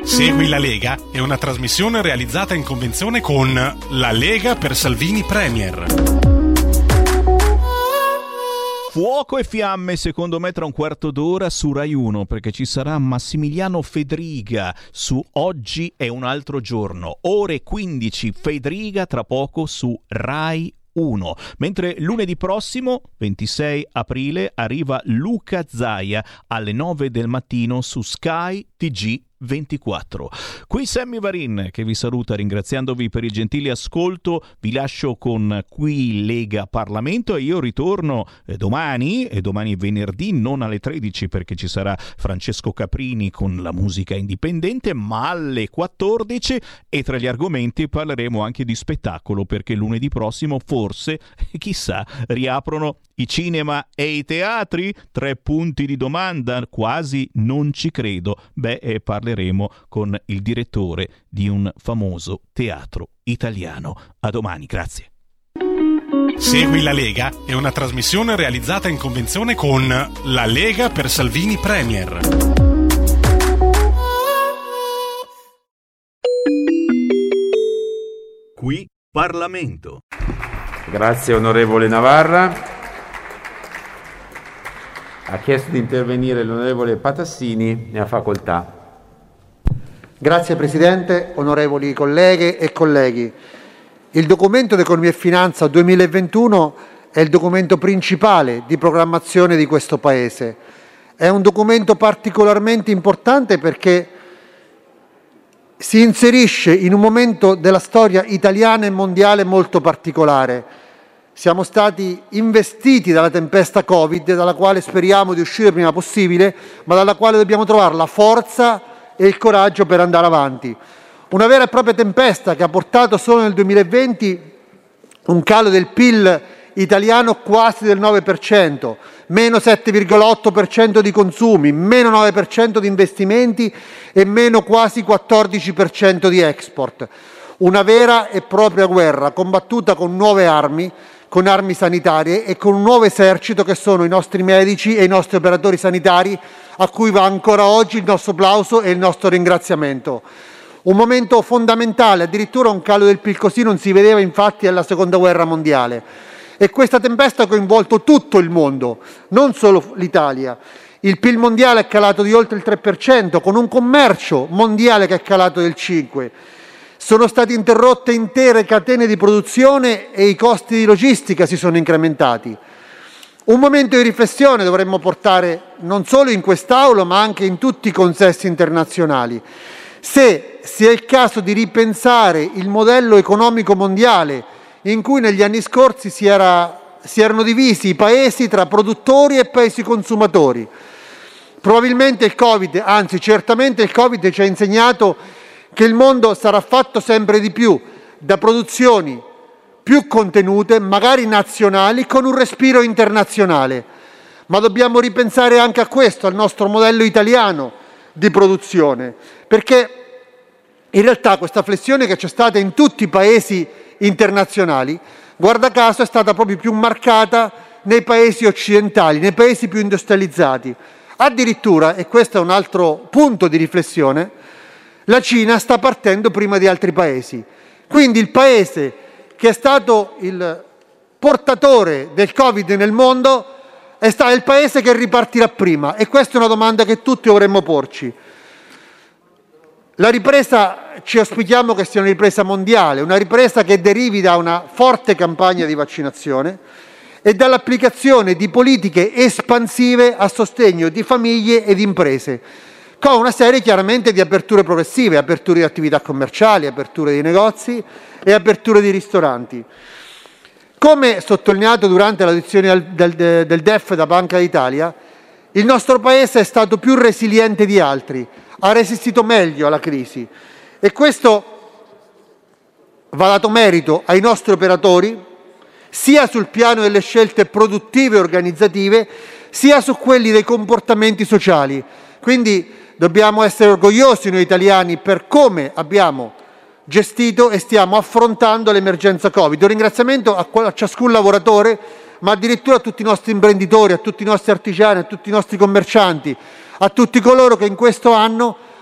Segui la Lega è una trasmissione realizzata in convenzione con La Lega per Salvini Premier. Fuoco e fiamme, secondo me tra un quarto d'ora su Rai uno, perché ci sarà Massimiliano Fedriga su Oggi è un altro giorno, ore quindici, Fedriga tra poco su Rai uno. Mentre lunedì prossimo, ventisei aprile, arriva Luca Zaia alle nove del mattino su Sky T G ventiquattro. Qui Sammy Varin che vi saluta ringraziandovi per il gentile ascolto. Vi lascio con Qui Lega Parlamento e io ritorno domani e domani venerdì non alle tredici perché ci sarà Francesco Caprini con la musica indipendente, ma alle quattordici, e tra gli argomenti parleremo anche di spettacolo perché lunedì prossimo forse, chissà, riaprono i cinema e i teatri? Tre punti di domanda, quasi non ci credo. Beh, e parleremo con il direttore di un famoso teatro italiano. A domani, grazie. Segui la Lega è una trasmissione realizzata in convenzione con La Lega per Salvini Premier. Qui Parlamento. Grazie onorevole Navarra. Ha chiesto di intervenire l'onorevole Patassini, ne ha facoltà. Grazie Presidente, onorevoli colleghe e colleghi. Il documento di Economia e Finanza duemilaventuno è il documento principale di programmazione di questo Paese. È un documento particolarmente importante perché si inserisce in un momento della storia italiana e mondiale molto particolare. Siamo stati investiti dalla tempesta Covid, dalla quale speriamo di uscire il prima possibile, ma dalla quale dobbiamo trovare la forza e il coraggio per andare avanti. Una vera e propria tempesta che ha portato solo nel duemilaventi un calo del P I L italiano quasi del nove per cento, meno sette virgola otto per cento di consumi, meno nove per cento di investimenti e meno quasi quattordici per cento di export. Una vera e propria guerra combattuta con nuove armi, con armi sanitarie e con un nuovo esercito che sono i nostri medici e i nostri operatori sanitari, a cui va ancora oggi il nostro applauso e il nostro ringraziamento. Un momento fondamentale, addirittura un calo del P I L così non si vedeva infatti alla Seconda Guerra Mondiale. E questa tempesta ha coinvolto tutto il mondo, non solo l'Italia. Il P I L mondiale è calato di oltre il tre per cento, con un commercio mondiale che è calato del cinque per cento. Sono state interrotte intere catene di produzione e i costi di logistica si sono incrementati. Un momento di riflessione dovremmo portare non solo in quest'Aula ma anche in tutti i consessi internazionali. Se sia il caso di ripensare il modello economico mondiale in cui negli anni scorsi si, era, si erano divisi i paesi tra produttori e paesi consumatori. Probabilmente il Covid, anzi certamente il Covid ci ha insegnato che il mondo sarà fatto sempre di più da produzioni più contenute, magari nazionali, con un respiro internazionale. Ma dobbiamo ripensare anche a questo, al nostro modello italiano di produzione, perché in realtà questa flessione che c'è stata in tutti i paesi internazionali, guarda caso, è stata proprio più marcata nei paesi occidentali, nei paesi più industrializzati. Addirittura, e questo è un altro punto di riflessione, la Cina sta partendo prima di altri paesi. Quindi il paese che è stato il portatore del Covid nel mondo è stato il paese che ripartirà prima, e questa è una domanda che tutti dovremmo porci. La ripresa ci auspichiamo che sia una ripresa mondiale, una ripresa che derivi da una forte campagna di vaccinazione e dall'applicazione di politiche espansive a sostegno di famiglie ed imprese, con una serie chiaramente di aperture progressive, aperture di attività commerciali, aperture di negozi e aperture di ristoranti. Come sottolineato durante l'audizione del, del, del D E F da Banca d'Italia, il nostro Paese è stato più resiliente di altri, ha resistito meglio alla crisi, e questo va dato merito ai nostri operatori, sia sul piano delle scelte produttive e organizzative, sia su quelli dei comportamenti sociali. Quindi dobbiamo essere orgogliosi noi italiani per come abbiamo gestito e stiamo affrontando l'emergenza Covid. Un ringraziamento a, a ciascun lavoratore, ma addirittura a tutti i nostri imprenditori, a tutti i nostri artigiani, a tutti i nostri commercianti, a tutti coloro che in questo anno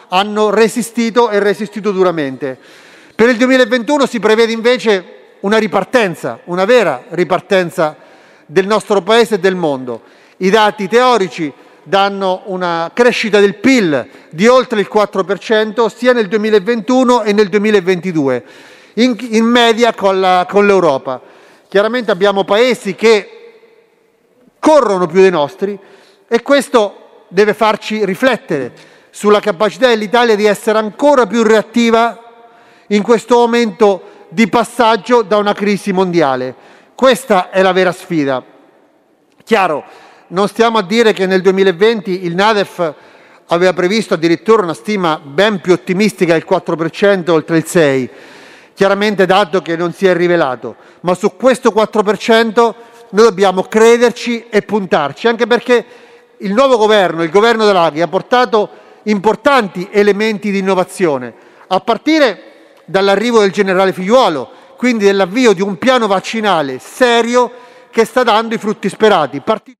hanno resistito e resistito duramente. Per il duemilaventuno si prevede invece una ripartenza, una vera ripartenza del nostro Paese e del mondo. I dati teorici danno una crescita del P I L di oltre il quattro per cento sia nel duemilaventuno e nel duemilaventidue, in, in media con, la, con l'Europa. Chiaramente abbiamo paesi che corrono più dei nostri e questo deve farci riflettere sulla capacità dell'Italia di essere ancora più reattiva in questo momento di passaggio da una crisi mondiale. Questa è la vera sfida. Chiaro, non stiamo a dire che nel duemilaventi il NADEF aveva previsto addirittura una stima ben più ottimistica del quattro per cento oltre il sei per cento, chiaramente dato che non si è rivelato, ma su questo quattro per cento noi dobbiamo crederci e puntarci, anche perché il nuovo governo, il governo Draghi, ha portato importanti elementi di innovazione, a partire dall'arrivo del generale Figliuolo, quindi dell'avvio di un piano vaccinale serio che sta dando i frutti sperati. Parti-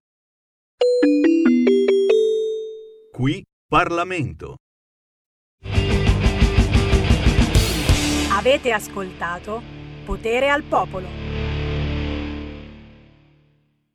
Qui Parlamento. Avete ascoltato Potere al Popolo.